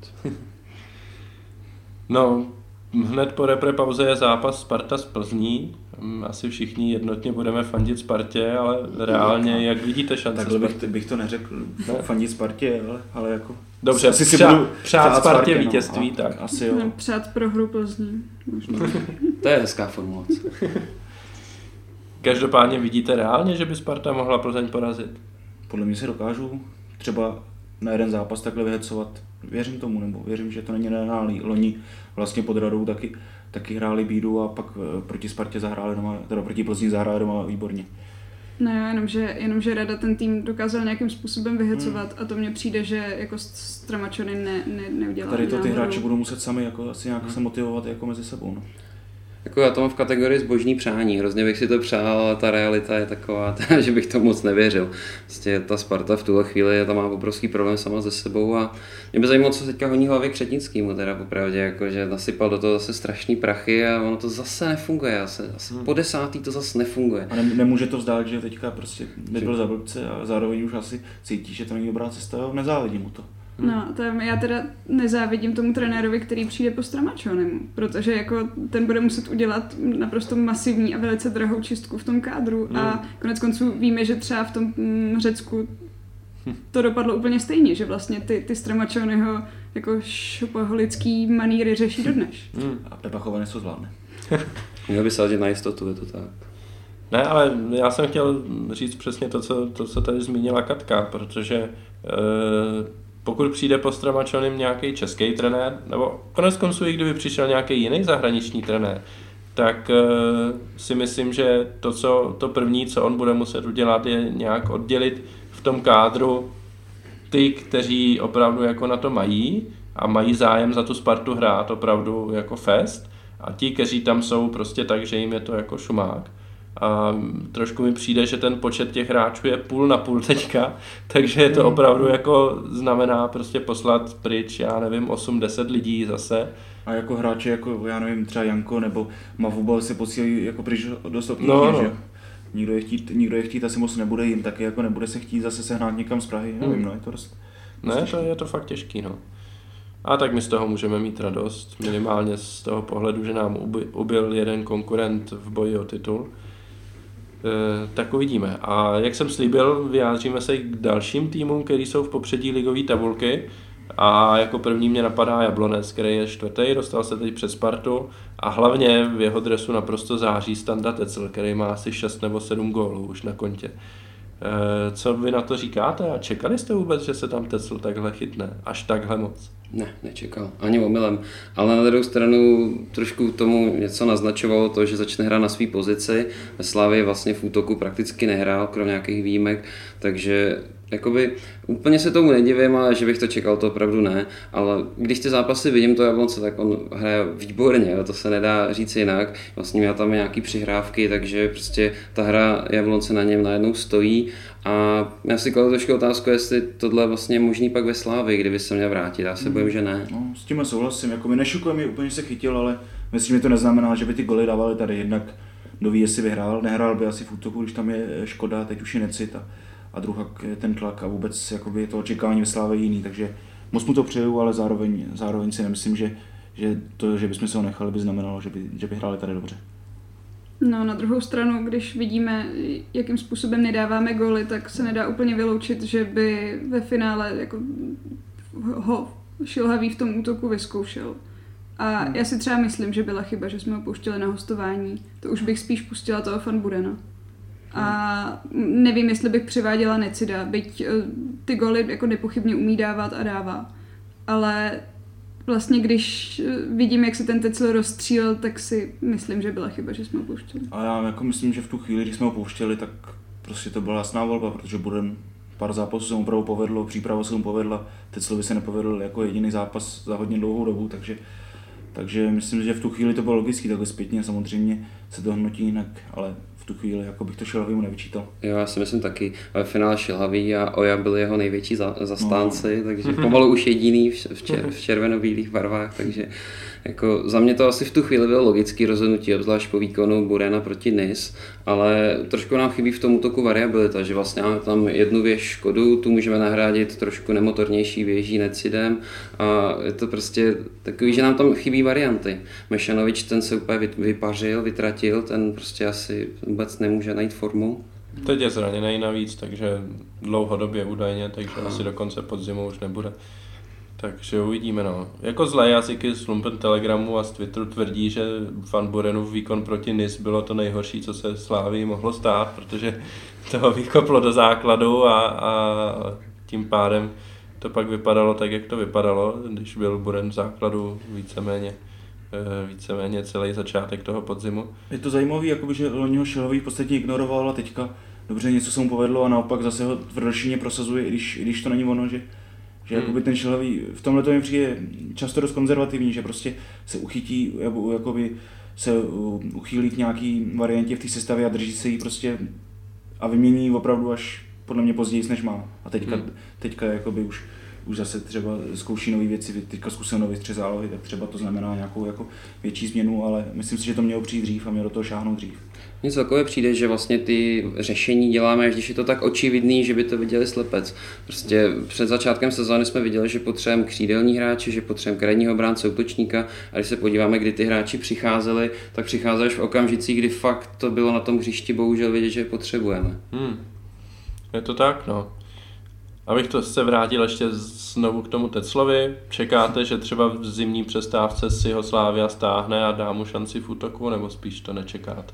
No, hned po repre pauze je zápas Sparta s Plzní. Asi všichni jednotně budeme fandit Spartě, ale reálně, no, jak vidíte šance Takhle Sparty? bych, bych to neřekl, no. Fandit Spartě, ale, ale jako... Dobře, asi si přát, budu přát Spartě vítězství, no, tak. Asi jo. No, přát prohru Plzní. To je hezká formulace. Každopádně vidíte reálně, že by Sparta mohla Plzeň porazit? Podle mě se dokážu třeba na jeden zápas takhle vyhecovat. Věřím tomu, nebo věřím, že to není nereálný. Loni vlastně pod Radou taky, taky hráli bídu a pak proti Spartě zahráli doma, teda proti Plzni zahráli doma výborně. No jo, jenomže, jenomže Rada ten tým dokázal nějakým způsobem vyhecovat hmm. a to mně přijde, že jako s Tramačony ne, ne, neudělá. Tady to ty hráči budou muset sami jako asi nějak hmm. se motivovat jako mezi sebou. No. Jako já to mám v kategorii zbožní přání, hrozně bych si to přál, ale ta realita je taková, že bych to moc nevěřil. Vlastně ta Sparta v tuhle chvíli tam má obrovský problém sama se sebou a mě by zajímalo, co teďka honí hlavě Křetínskýmu, teda popravdě, jako, že nasypal do toho zase strašný prachy a ono to zase nefunguje, asi, asi hmm. po desátý to zase nefunguje. A ne, nemůže to vzdát, že teďka prostě nebyl za blbce a zároveň už asi cítí, že to není dobrá cesta, nezávidí mu to. No, tam já teda nezávidím tomu trenérovi, který přijde po Tramačonemu, protože jako ten bude muset udělat naprosto masivní a velice drahou čistku v tom kádru mm. a konec konců víme, že třeba v tom mm, Řecku to dopadlo úplně stejně, že vlastně ty, ty Tramačonyho jako šopaholický maníry řeší dodnes. Mm. A Pepa Chovanec to zvládne. Měl by sádět na jistotu, je to tak. Ne, ale já jsem chtěl říct přesně to, co, to, co tady zmínila Katka, protože e, pokud přijde po Tramačonym nějaký český trenér, nebo konec konců i kdyby přišel nějaký jiný zahraniční trenér, tak e, si myslím, že to, co, to první, co on bude muset udělat, je nějak oddělit v tom kádru ty, kteří opravdu jako na to mají a mají zájem za tu Spartu hrát opravdu jako fest, A ti, kteří tam jsou prostě tak, že jim je to jako šumák. A trošku mi přijde, že ten počet těch hráčů je půl na půl teďka, takže je to opravdu jako znamená prostě poslat pryč, já nevím, osm deset lidí zase. A jako hráče, jako já nevím, třeba Janko nebo Mavubal se posílají jako pryč dost obtížně, no, no. že? Nikdo je chtít, nikdo je chtít asi moc nebude, jim taky jako nebude se chtít zase sehnat někam z Prahy, nevím, hmm. no, je to dost... Ne, to je to fakt těžký, no. A tak my z toho můžeme mít radost, minimálně z toho pohledu, že nám ubyl jeden konkurent v boji o titul. E, tak uvidíme. A jak jsem slíbil, vyjádříme se i k dalším týmům, který jsou v popředí ligové tabulky. A jako první mě napadá Jablonec, který je čtvrtý, dostal se teď před Spartu a hlavně v jeho dresu naprosto září Standa Tecl, který má asi šest nebo sedm gólů už na kontě. E, co vy na to říkáte a čekali jste vůbec, že se tam Tecl takhle chytne, až takhle moc? Ne, nečekal, ani omylem, ale na druhou stranu trošku tomu něco naznačovalo to, že začne hrát na své pozici, ve Slavii vlastně v útoku prakticky nehrál, kromě nějakých výjimek, takže jakoby úplně se tomu nedivím, ale že bych to čekal, to opravdu ne, ale když ty zápasy vidím to Jablonce, tak on hraje výborně, to se nedá říct jinak, vlastně má tam nějaký přihrávky, takže prostě ta hra Jablonce na něm najednou stojí a já si kladu trošku otázku, jestli tohle vlastně je možný pak ve Slávii, kdyby se měl vrátit, já se bojím, že ne. No, s tím souhlasím, jako mi nešokuje mi úplně, že se chytil, ale myslím, že to neznamená, že by ty goly dávali tady, jednak kdo ví, jestli vyhrál, nehrál by asi v útoku, když tam je Škoda, teď už je Necit a a druhá ten tlak a vůbec jakoby to očekávání ve Slávě jiný, takže moc mu to přeju, ale zároveň, zároveň si nemyslím, že, že to, že bychom se ho nechali, by znamenalo, že by, že by hráli tady dobře. No, na druhou stranu, když vidíme, jakým způsobem nedáváme góly, tak se nedá úplně vyloučit, že by ve finále jako ho Šilhavý v tom útoku vyzkoušel. A já si třeba myslím, že byla chyba, že jsme ho pouštěli na hostování. To už bych spíš pustila toho Van Burena. A nevím, jestli bych přiváděla Necida, byť ty góly jako nepochybně umí dávat a dává. Ale vlastně když vidím, jak se ten Tecl rozstřílel, tak si myslím, že byla chyba, že jsme ho pouštěli. A já jako myslím, že v tu chvíli, když jsme ho pouštěli, tak prostě to byla jasná volba, protože Buren pár zápasů se mu opravdu povedlo, příprava se mu povedla, Teclovi se nepovedl jako jediný zápas za hodně dlouhou dobu, takže takže myslím, že v tu chvíli to bylo logický, takhle zpětně samozřejmě se to hnotí jinak, ale v tu chvíli jako bych to Šilhavýmu nevyčítal. Jo, já si myslím taky. Ve finále Šilhavý a Oja byli jeho největší za, zastánci, no. Takže pomalu už jediný v, v, čer, v červeno-bílých barvách, takže jako za mě to asi v tu chvíli bylo logický rozhodnutí, obzvlášť po výkonu Burena proti Nice, ale trošku nám chybí v tom útoku variabilita, že vlastně máme tam jednu věž Škodu, tu můžeme nahradit trošku nemotornější věží Necidem a je to prostě takový, že nám tam chybí varianty. Mešanovič ten se úplně vypařil, vytratil, ten prostě asi vůbec nemůže najít formu. Teď je zraněný navíc, takže dlouhodobě údajně, takže no. asi do konce podzimu už nebude. Takže uvidíme, no. Jako zlé jazyky z Lumpen Telegramu a z Twitteru tvrdí, že Van Burenův výkon proti Nice bylo to nejhorší, co se Slávii mohlo stát, protože toho vykoplo do základu a, a tím pádem to pak vypadalo tak, jak to vypadalo, když byl Buren v základu víceméně, víceméně celý začátek toho podzimu. Je to zajímavé, jakoby, že loniho Šilhavý v podstatě ignoroval a teďka dobře něco se mu povedlo a naopak zase ho tvrdošíně prosazuje, i když, i když to není ono, že Že hmm. jakoby ten Šilhavý v tomhle to mi přijde často dost konzervativní, že prostě se uchytí, jakoby se uchýlí k nějaký variantě v té sestavě a drží se jí prostě a vymění opravdu až podle mě později, než má. A teďka, hmm. teďka jakoby už, už zase třeba zkouší nové věci, teďka zkusil nový střed zálohy, tak třeba to znamená nějakou jako větší změnu, ale myslím si, že to mělo přijít dřív a mělo do toho šáhnout dřív. Mně celkově přijde, že vlastně ty řešení děláme, až když je to tak očividný, že by to viděli slepec. Prostě před začátkem sezóny jsme viděli, že potřebujeme křídelní hráče, že potřebujeme krajního bránce, útočníka a když se podíváme, kdy ty hráči přicházeli, tak přicházeli v okamžicích, kdy fakt to bylo na tom hřišti bohužel vidět, že je potřebujeme. Hmm. Je to tak, no. Abych to se vrátil ještě znovu k tomu Teclovi, čekáte, že třeba v zimní přestávce si ho Slavia stáhne a dá mu šanci v útoku, nebo spíš to nečekáte?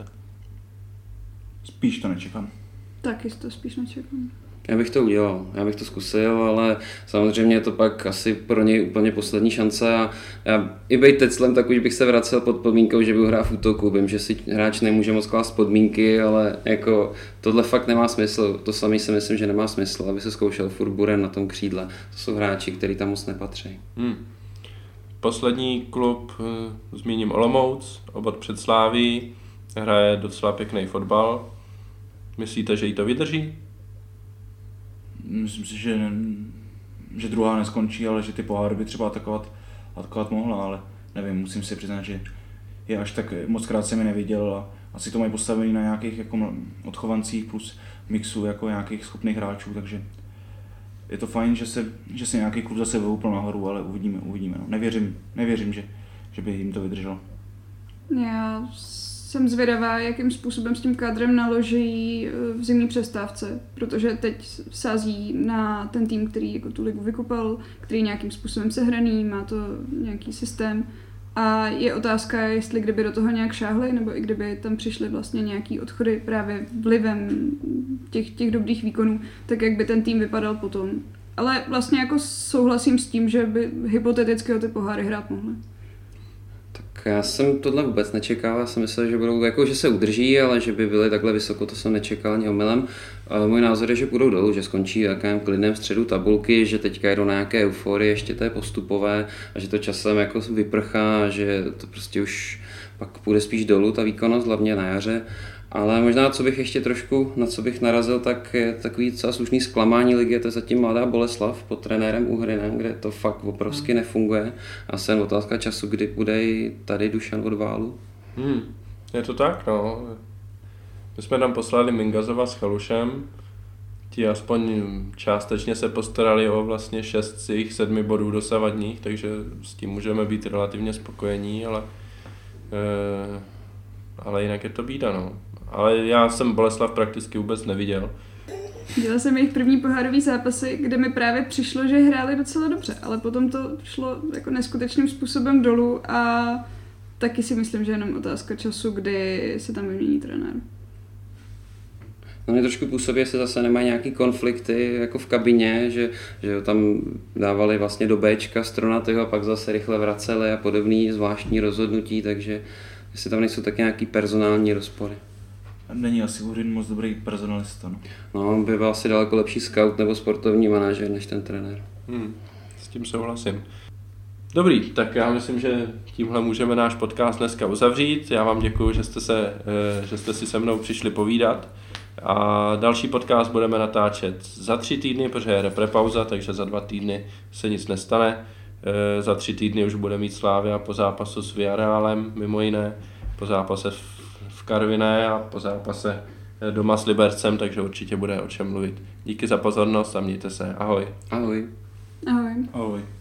Spíš to nečekám. Taky to spíš nečekám. Já bych to udělal, já bych to zkusil, ale samozřejmě je to pak asi pro něj úplně poslední šance a já i bejt Teclem, tak už bych se vracel pod podmínkou, že budu hrát v útoku. Vím, že si hráč nemůže moc klást podmínky, ale jako tohle fakt nemá smysl. To samý si myslím, že nemá smysl, aby se zkoušel furt Buren na tom křídle. To jsou hráči, kteří tam moc nepatří. Hmm. poslední klub, zmíním Olomouc, obod před Sláví, hraje docela pěkný fotbal. Myslíte, že jí to vydrží? Myslím si, že, že druhá neskončí, ale že ty poháry by třeba atakovat, atakovat mohla, ale nevím, musím si přiznat, že je až tak moc krát jsem je neviděl a asi to mají postavený na nějakých jako odchovancích plus mixu jako nějakých schopných hráčů, takže je to fajn, že se, že se nějaký klub zase vyhoupl nahoru, ale uvidíme, uvidíme. No. Nevěřím, nevěřím, že, že by jim to vydrželo. Já jsem zvědavá, jakým způsobem s tím kádrem naloží v zimní přestávce, protože teď sází na ten tým, který jako tu ligu vykopal, který nějakým způsobem sehraný, má to nějaký systém. A je otázka, jestli kdyby do toho nějak šáhli, nebo i kdyby tam přišly vlastně nějaký odchody právě vlivem těch, těch dobrých výkonů, tak jak by ten tým vypadal potom. Ale vlastně jako souhlasím s tím, že by hypoteticky o ty poháry hrát mohly. Tak já jsem tohle vůbec nečekal, já jsem myslel, že budou, jako že se udrží, ale že by byli takhle vysoko, to jsem nečekal ani omylem. Ale můj názor je, že půjdou dolů, že skončí v takovém klidném středu tabulky, že teďka jdou na nějaké euforie, ještě té postupové a že to časem jako vyprchá, že to prostě už pak půjde spíš dolů, ta výkonnost, hlavně na jaře. Ale možná, co bych ještě trošku, na co bych narazil, tak je takový docela slušný zklamání ligy, to je zatím Mladá Boleslav pod trenérem Uhrynem, kde to fakt obrovsky nefunguje. A jsem otázka času, kdy bude tady Dušan od Válu. Hmm, je to tak, no. My jsme tam poslali Mingazova s Chalušem, ti aspoň částečně se postarali o vlastně šest z jejich sedmi bodů dosavadních, takže s tím můžeme být relativně spokojení, ale, e, ale jinak je to bída, no. Ale já jsem Boleslav prakticky vůbec neviděl. Dělala jsem jejich první pohárový zápasy, kde mi právě přišlo, že hráli docela dobře, ale potom to šlo jako neskutečným způsobem dolů a taky si myslím, že je jenom otázka času, kdy se tam vymění trenér. No mě trošku působí, jestli zase nemají nějaký konflikty jako v kabině, že, že tam dávali vlastně do Bčka Stronatého a pak zase rychle vraceli a podobný zvláštní rozhodnutí, takže jestli tam nejsou tak nějaký personální rozpory. Není asi Uhryn moc dobrý personalista. No. No, by byl asi daleko lepší scout nebo sportovní manažer než ten trenér. Hmm, s tím souhlasím. Dobrý, tak já myslím, že tímhle můžeme náš podcast dneska uzavřít. Já vám děkuji, že jste, se, že jste si se mnou přišli povídat. A další podcast budeme natáčet za tři týdny, protože je reprepauza, takže za dva týdny se nic nestane. Za tři týdny už bude mít Slavia po zápasu s Villarrealem, mimo jiné, po zápase v Karviné a po zápase doma s Libercem, takže určitě bude o čem mluvit. Díky za pozornost a mějte se. Ahoj. Ahoj. Ahoj. Ahoj.